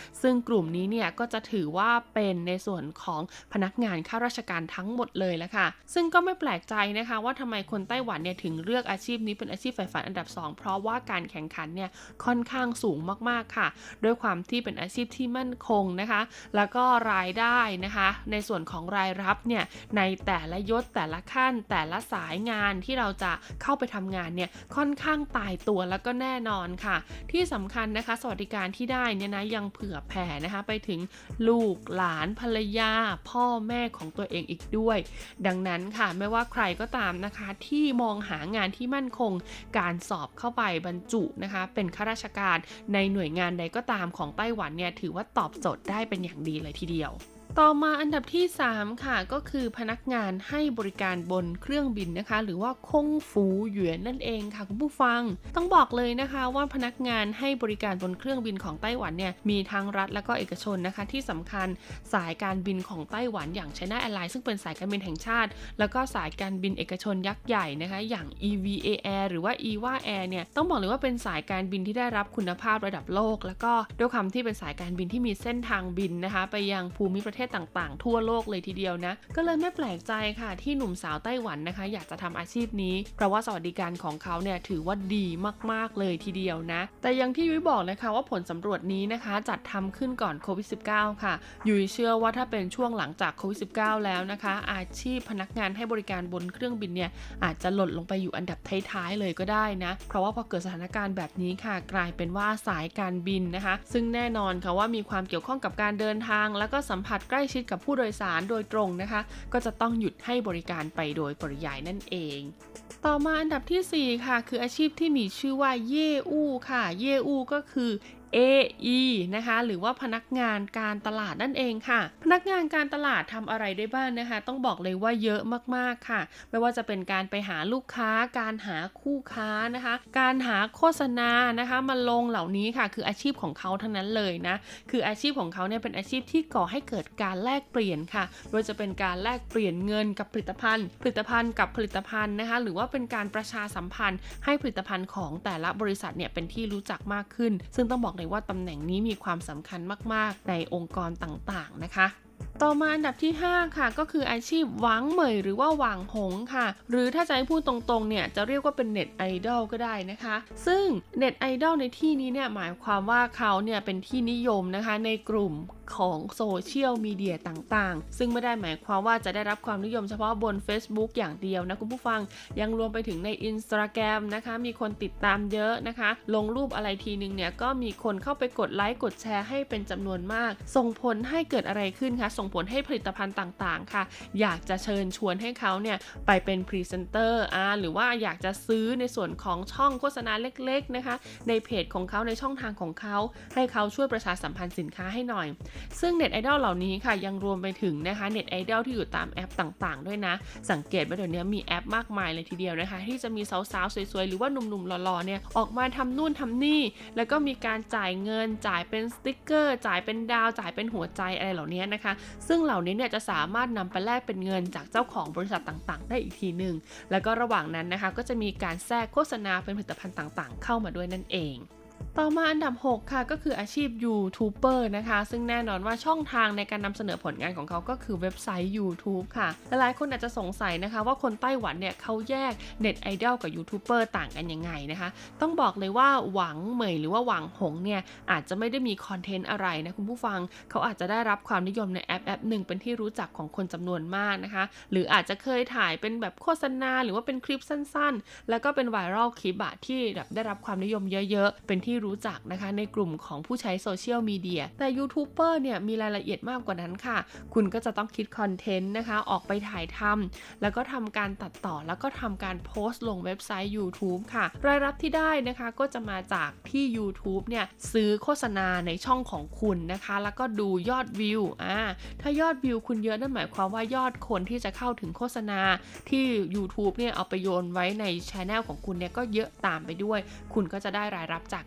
ซึ่งกลุ่มนี้เนี่ยก็จะถือว่าเป็นในส่วนของพนักงานข้าราชการทั้งหมดเลยละค่ะซึ่งก็ไม่แปลกใจนะคะว่าทำไมคนไต้หวันเนี่ยถึงเลือกอาชีพนี้เป็นอาชีพใฝ่ฝันอันดับสองเพราะว่าการแข่งขันเนี่ยค่อนข้างสูงมากๆค่ะด้วยความที่เป็นอาชีพที่มั่นคงนะคะแล้วก็รายได้นะคะในส่วนของรายรับเนี่ยในแต่ละยศแต่ละขั้นแต่ละสายงานที่เราจะเข้าไปทำงานเนี่ยค่อนข้างตายตัวแล้วก็แน่นอนค่ะที่สำคัญนะคะสวัสดิการที่ได้เนี่ยนะยังเผื่อแผ่นะคะไปถึงลูกหลานภรรยาพ่อแม่ของตัวเองอีกด้วยดังนั้นค่ะไม่ว่าใครก็ตามนะคะที่มองหางานที่มั่นคงการสอบเข้าไปบรรจุนะคะเป็นข้าราชการในหน่วยงานใดก็ตามของไต้หวันเนี่ยถือว่าตอบโจทย์ได้เป็นอย่างดีเลยทีเดียวต่อมาอันดับที่สามค่ะก็คือพนักงานให้บริการบนเครื่องบินนะคะหรือว่าคงฟูหยวนนั่นเองค่ะคุณผู้ฟังต้องบอกเลยนะคะว่าพนักงานให้บริการบนเครื่องบินของไต้หวันเนี่ยมีทั้งรัฐและก็เอกชนนะคะที่สำคัญสายการบินของไต้หวันอย่าง China Airlines ซึ่งเป็นสายการบินแห่งชาติแล้วก็สายการบินเอกชนยักษ์ใหญ่นะคะอย่าง อี วี เอ Air หรือว่า อี วา Air เนี่ยต้องบอกเลยว่าเป็นสายการบินที่ได้รับคุณภาพระดับโลกแล้วก็ด้วยความที่เป็นสายการบินที่มีเส้นทางบินนะคะไปยังภูมิประเทศต่างๆทั่วโลกเลยทีเดียวนะก็เลยไม่แปลกใจค่ะที่หนุ่มสาวไต้หวันนะคะอยากจะทำอาชีพนี้เพราะว่าสวัสดิการของเขาเนี่ยถือว่าดีมากๆเลยทีเดียวนะแต่อย่างที่ยุ้ยบอกนะคะว่าผลสำรวจนี้นะคะจัดทำขึ้นก่อนโควิด สิบเก้า ค่ะยุ้ยเชื่อว่าถ้าเป็นช่วงหลังจากโควิด สิบเก้า แล้วนะคะอาชีพพนักงานให้บริการบนเครื่องบินเนี่ยอาจจะหล่นลงไปอยู่อันดับท้ายๆเลยก็ได้นะเพราะว่าพอเกิดสถานการณ์แบบนี้ค่ะกลายเป็นว่าสายการบินนะคะซึ่งแน่นอนค่ะว่ามีความเกี่ยวข้องกับการเดินทางแล้วก็สัมผัสใกล้ชิดกับผู้โดยสารโดยตรงนะคะก็จะต้องหยุดให้บริการไปโดยปริยายนั่นเองต่อมาอันดับที่สี่ค่ะคืออาชีพที่มีชื่อว่าเย่อู้ค่ะเย่อู้ก็คือ เอ อี นะคะหรือว่าพนักงานการตลาดนั่นเองค่ะพนักงานการตลาดทำอะไรได้บ้างนะคะต้องบอกเลยว่าเยอะมากๆค่ะไม่ว่าจะเป็นการไปหาลูกค้าการหาคู่ค้านะคะการหาโฆษณานะคะมาลงเหล่านี้ค่ะคืออาชีพของเขาทั้งนั้นเลยนะคืออาชีพของเขาเนี่ยเป็นอาชีพที่ก่อให้เกิดการแลกเปลี่ยนค่ะโดยจะเป็นการแลกเปลี่ยนเงินกับผลิตภัณฑ์ผลิตภัณฑ์กับผลิตภัณฑ์นะคะหรือว่าเป็นการประชาสัมพันธ์ให้ผลิตภัณฑ์ของแต่ละบริษัทเนี่ยเป็นที่รู้จักมากขึ้นซึ่งต้องบอกเลยว่าตำแหน่งนี้มีความสำคัญมากๆในองค์กรต่างๆนะคะต่อมาอันดับที่ห้าค่ะก็คืออาชีพหวังเหมยหรือว่าหวังหงค่ะหรือถ้าจะให้พูดตรงๆเนี่ยจะเรียกว่าเป็นเน็ตไอดอลก็ได้นะคะซึ่งเน็ตไอดอลในที่นี้เนี่ยหมายความว่าเขาเนี่ยเป็นที่นิยมนะคะในกลุ่มของโซเชียลมีเดียต่างๆซึ่งไม่ได้หมายความว่าจะได้รับความนิยมเฉพาะบน Facebook อย่างเดียวนะคุณผู้ฟังยังรวมไปถึงใน Instagram นะคะมีคนติดตามเยอะนะคะลงรูปอะไรทีนึงเนี่ยก็มีคนเข้าไปกดไลค์กดแชร์ให้เป็นจำนวนมากส่งผลให้เกิดอะไรขึ้นคะส่งผลให้ผลิตภัณฑ์ต่างๆค่ะอยากจะเชิญชวนให้เขาเนี่ยไปเป็นพรีเซนเตอร์อ่าหรือว่าอยากจะซื้อในส่วนของช่องโฆษณาเล็กๆนะคะในเพจของเขาในช่องทางของเขาให้เขาช่วยประชาสัมพันธ์สินค้าให้หน่อยซึ่งเน็ตไอดอลเหล่านี้ค่ะยังรวมไปถึงนะคะเน็ตไอดอลที่อยู่ตามแอปต่างๆด้วยนะสังเกตว่าเดี๋ยวนี้มีแอปมากมายเลยทีเดียวนะคะที่จะมีสาวๆสวยๆหรือว่าหนุ่มๆหล่อๆเนี่ยออกมาทำนู่นทำนี่แล้วก็มีการจ่ายเงินจ่ายเป็นสติ๊กเกอร์จ่ายเป็นดาวจ่ายเป็นหัวใจอะไรเหล่านี้นะคะซึ่งเหล่านี้เนี่ยจะสามารถนำไปแลกเป็นเงินจากเจ้าของบริษัทต่างๆได้อีกทีนึงแล้วก็ระหว่างนั้นนะคะก็จะมีการแทรกโฆษณาเป็นผลิตภัณฑ์ต่างๆเข้ามาด้วยนั่นเองต่อมาอันดับหกค่ะก็คืออาชีพยูทูบเบอร์นะคะซึ่งแน่นอนว่าช่องทางในการนำเสนอผลงานของเขาก็คือเว็บไซต์ YouTube ค่ะหลายคนอาจจะสงสัยนะคะว่าคนไต้หวันเนี่ยเขาแยกเน็ตไอดอลกับยูทูบเบอร์ต่างกันยังไงนะคะต้องบอกเลยว่าหวังเหมยหรือว่าหวังหงเนี่ยอาจจะไม่ได้มีคอนเทนต์อะไรนะคุณผู้ฟังเขาอาจจะได้รับความนิยมในแอปแอปหนึ่งเป็นที่รู้จักของคนจำนวนมากนะคะหรืออาจจะเคยถ่ายเป็นแบบโฆษณาหรือว่าเป็นคลิปสั้นๆแล้วก็เป็นไวรัลคลิปอะที่แบบได้รับความนิยมเยอะๆเป็นที่รู้จักนะคะในกลุ่มของผู้ใช้โซเชียลมีเดียแต่ยูทูบเบอร์เนี่ยมีรายละเอียดมากกว่านั้นค่ะคุณก็จะต้องคิดคอนเทนต์นะคะออกไปถ่ายทำแล้วก็ทำการตัดต่อแล้วก็ทำการโพสต์ลงเว็บไซต์ YouTube ค่ะรายรับที่ได้นะคะก็จะมาจากที่ YouTube เนี่ยซื้อโฆษณาในช่องของคุณนะคะแล้วก็ดูยอดวิวอ่าถ้ายอดวิวคุณเยอะนั่นหมายความว่ายอดคนที่จะเข้าถึงโฆษณาที่ YouTube เนี่ยเอาไปโยนไว้ใน channel ของคุณเนี่ยก็เยอะตามไปด้วยคุณก็จะได้รายรับจาก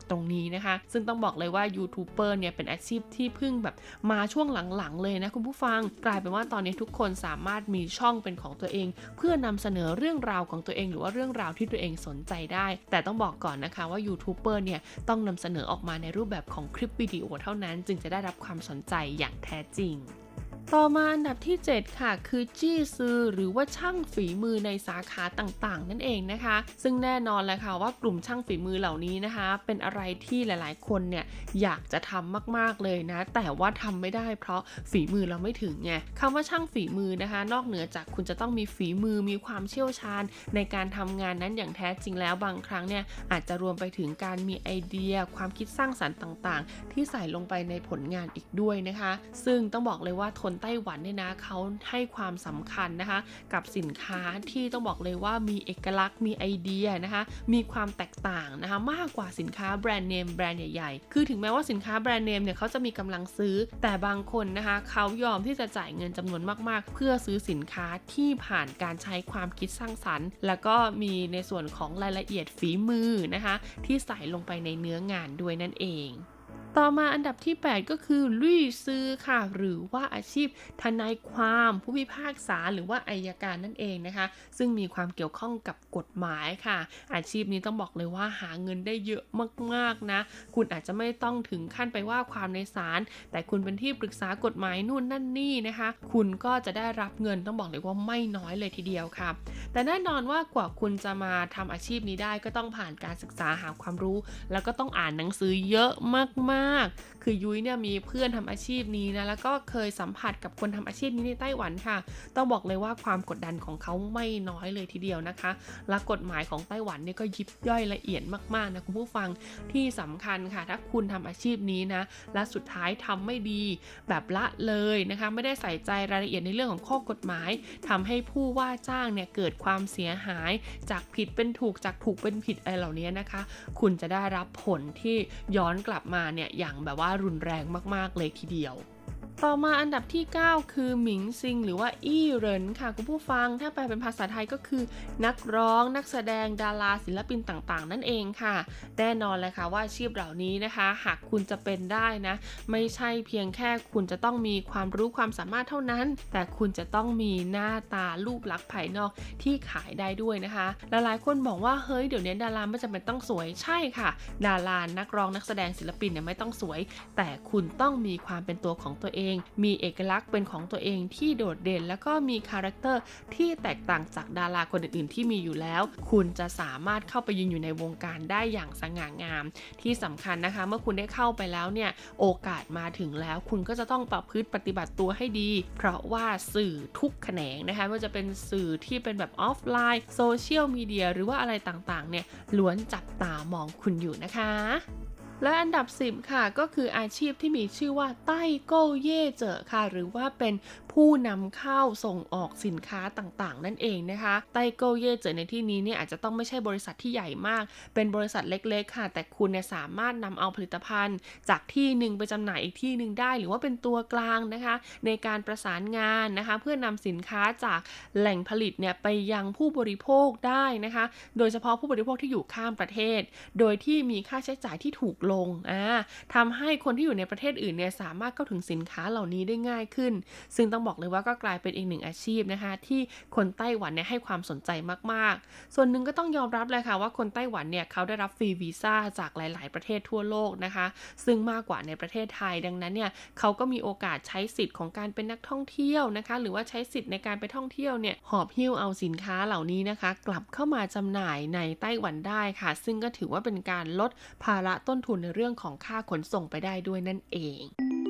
ตรงนี้นะคะซึ่งต้องบอกเลยว่ายูทูบเบอร์เนี่ยเป็นอาชีพที่เพิ่งแบบมาช่วงหลังๆเลยนะคุณผู้ฟังกลายเป็นว่าตอนนี้ทุกคนสามารถมีช่องเป็นของตัวเองเพื่อนำเสนอเรื่องราวของตัวเองหรือว่าเรื่องราวที่ตัวเองสนใจได้แต่ต้องบอกก่อนนะคะว่ายูทูบเบอร์เนี่ยต้องนำเสนอออกมาในรูปแบบของคลิปวิดีโอเท่านั้นจึงจะได้รับความสนใจอย่างแท้จริงต่อมาอันดับที่เจ็ดค่ะคือจี้ซือหรือว่าช่างฝีมือในสาขาต่างๆนั่นเองนะคะซึ่งแน่นอนเลยค่ะว่ากลุ่มช่างฝีมือเหล่านี้นะคะเป็นอะไรที่หลายๆคนเนี่ยอยากจะทำมากๆเลยนะแต่ว่าทำไม่ได้เพราะฝีมือเราไม่ถึงไงคำว่าช่างฝีมือนะคะนอกเหนือจากคุณจะต้องมีฝีมือมีความเชี่ยวชาญในการทำงานนั้นอย่างแท้จริงแล้วบางครั้งเนี่ยอาจจะรวมไปถึงการมีไอเดียความคิดสร้างสรรค์ต่างๆที่ใส่ลงไปในผลงานอีกด้วยนะคะซึ่งต้องบอกเลยว่าทนไต้หวันเนี่ยนะเขาให้ความสำคัญนะคะกับสินค้าที่ต้องบอกเลยว่ามีเอกลักษณ์มีไอเดียนะคะมีความแตกต่างนะคะมากกว่าสินค้าแบรนด์เนมแบรนด์ใหญ่ๆคือถึงแม้ว่าสินค้าแบรนด์เนมเนี่ยเขาจะมีกำลังซื้อแต่บางคนนะคะเขายอมที่จะจ่ายเงินจำนวนมากๆเพื่อซื้อสินค้าที่ผ่านการใช้ความคิดสร้างสรรค์แล้วก็มีในส่วนของรายละเอียดฝีมือนะคะที่ใส่ลงไปในเนื้องานด้วยนั่นเองต่อมาอันดับที่แปดก็คือลี่ซื้อค่ะหรือว่าอาชีพทนายความผู้พิพากษาหรือว่าอัยการนั่นเองนะคะซึ่งมีความเกี่ยวข้องกับกฎหมายค่ะอาชีพนี้ต้องบอกเลยว่าหาเงินได้เยอะมากๆนะคุณอาจจะไม่ต้องถึงขั้นไปว่าความในศาลแต่คุณเป็นที่ปรึกษากฎหมายนู่นนั่นนี่นะคะคุณก็จะได้รับเงินต้องบอกเลยว่าไม่น้อยเลยทีเดียวค่ะแต่แน่นอนว่ากว่าคุณจะมาทำอาชีพนี้ได้ก็ต้องผ่านการศึกษาหาความรู้แล้วก็ต้องอ่านหนังสือเยอะมากคือยุ้ยเนี่ยมีเพื่อนทำอาชีพนี้นะแล้วก็เคยสัมผัสกับคนทำอาชีพนี้ในไต้หวันค่ะต้องบอกเลยว่าความกดดันของเขาไม่น้อยเลยทีเดียวนะคะและกฎหมายของไต้หวันเนี่ยก็ยิบย่อยละเอียดมากๆนะคุณผู้ฟังที่สำคัญค่ะถ้าคุณทำอาชีพนี้นะและสุดท้ายทำไม่ดีแบบละเลยนะคะไม่ได้ใส่ใจรายละเอียดในเรื่องของข้อกฎหมายทำให้ผู้ว่าจ้างเนี่ยเกิดความเสียหายจากผิดเป็นถูกจากถูกเป็นผิดอะไรเหล่านี้นะคะคุณจะได้รับผลที่ย้อนกลับมาเนี่ยอย่างแบบว่ารุนแรงมากๆเลยทีเดียวต่อมาอันดับที่เก้าคือหมิงซิงหรือว่าอี้เหรินค่ะคุณผู้ฟังถ้าแปลเป็นภาษาไทยก็คือนักร้องนักแสดงดาราศิลปินต่างๆนั่นเองค่ะแน่นอนเลยค่ะว่าอาชีพเหล่านี้นะคะหากคุณจะเป็นได้นะไม่ใช่เพียงแค่คุณจะต้องมีความรู้ความสามารถเท่านั้นแต่คุณจะต้องมีหน้าตารูปลักษณ์ภายนอกที่ขายได้ด้วยนะคะหลายๆคนบอกว่าเฮ้ยเดี๋ยวนี้ดาราไม่จำเป็นต้องสวยใช่ค่ะดารานักร้องนักแสดงศิลปินเนี่ยไม่ต้องสวยแต่คุณต้องมีความเป็นตัวของตัวเองมีเอกลักษณ์เป็นของตัวเองที่โดดเด่นแล้วก็มีคาแรคเตอร์ที่แตกต่างจากดาราคนอื่นๆที่มีอยู่แล้วคุณจะสามารถเข้าไปยืนอยู่ในวงการได้อย่างสง่างามที่สำคัญนะคะเมื่อคุณได้เข้าไปแล้วเนี่ยโอกาสมาถึงแล้วคุณก็จะต้องประพฤติปฏิบัติตัวให้ดีเพราะว่าสื่อทุกแขนงนะคะว่าจะเป็นสื่อที่เป็นแบบออฟไลน์โซเชียลมีเดียหรือว่าอะไรต่างๆเนี่ยล้วนจับตามองคุณอยู่นะคะและอันดับสิบค่ะก็คืออาชีพที่มีชื่อว่าไต้โก้เย่เจ๋อค่ะหรือว่าเป็นผู้นำเข้าส่งออกสินค้าต่างๆนั่นเองนะคะไต้โก้เย่เจ๋อในที่นี้เนี่ยอาจจะต้องไม่ใช่บริษัทที่ใหญ่มากเป็นบริษัทเล็กๆค่ะแต่คุณเนี่ยสามารถนำเอาผลิตภัณฑ์จากที่หนึ่งไปจำหน่ายอีกที่หนึ่งได้หรือว่าเป็นตัวกลางนะคะในการประสานงานนะคะเพื่อนำสินค้าจากแหล่งผลิตเนี่ยไปยังผู้บริโภคได้นะคะโดยเฉพาะผู้บริโภคที่อยู่ข้ามประเทศโดยที่มีค่าใช้จ่ายที่ถูกลงอ่าทำให้คนที่อยู่ในประเทศอื่นเนี่ยสามารถเข้าถึงสินค้าเหล่านี้ได้ง่ายขึ้นซึ่งต้องบอกเลยว่าก็กลายเป็นอีกหนึ่งอาชีพนะคะที่คนไต้หวันเนี่ยให้ความสนใจมากๆส่วนหนึ่งก็ต้องยอมรับเลยค่ะว่าคนไต้หวันเนี่ยเขาได้รับฟรีวีซ่าจากหลายๆประเทศทั่วโลกนะคะซึ่งมากกว่าในประเทศไทยดังนั้นเนี่ยเขาก็มีโอกาสใช้สิทธิ์ของการเป็นนักท่องเที่ยวนะคะหรือว่าใช้สิทธิ์ในการไปท่องเที่ยวเนี่ยหอบหิ้วเอาสินค้าเหล่านี้นะคะกลับเข้ามาจำหน่ายในไต้หวันได้ค่ะซึ่งก็ถือว่าเป็นการลดภาระต้นทุนในเรื่องของค่าขนส่งไปได้ด้วยนั่นเอง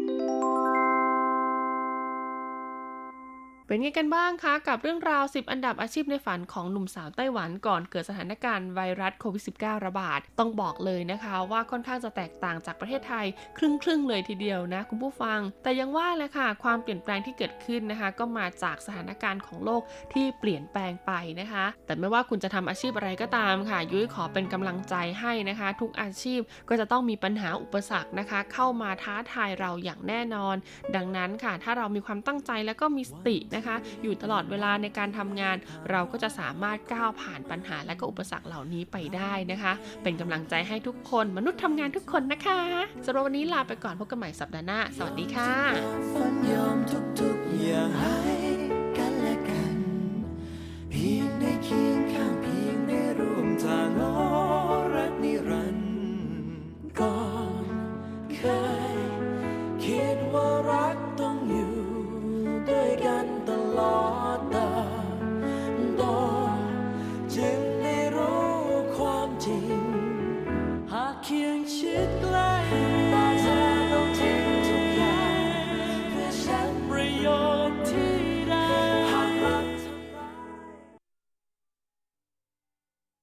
เป็นไงกันบ้างคะกับเรื่องราวสิบอันดับอาชีพในฝันของหนุ่มสาวไต้หวันก่อนเกิดสถานการณ์ไวรัสโควิด สิบเก้า ระบาดต้องบอกเลยนะคะว่าค่อนข้างจะแตกต่างจากประเทศไทยครึ่งๆเลยทีเดียวนะคุณผู้ฟังแต่ยังว่าแหละค่ะความเปลี่ยนแปลงที่เกิดขึ้นนะคะก็มาจากสถานการณ์ของโลกที่เปลี่ยนแปลงไปนะคะแต่ไม่ว่าคุณจะทำอาชีพอะไรก็ตามค่ะยุ้ยขอเป็นกำลังใจให้นะคะทุกอาชีพก็จะต้องมีปัญหาอุปสรรคนะคะเข้ามาท้าทายเราอย่างแน่นอนดังนั้นค่ะถ้าเรามีความตั้งใจแล้วก็มีสตินะคะอยู่ตลอดเวลาในการทำงานเราก็จะสามารถก้าวผ่านปัญหาและก็อุปสรรคเหล่านี้ไปได้นะคะเป็นกำลังใจให้ทุกคนมนุษย์ทำงานทุกคนนะคะสำหรับวันนี้ลาไปก่อนพบกันใหม่สัปดาห์หน้าสวัสดีค่ะฝันยอมทุกๆอย่างให้กันและกันเพียงได้เคียงข้าง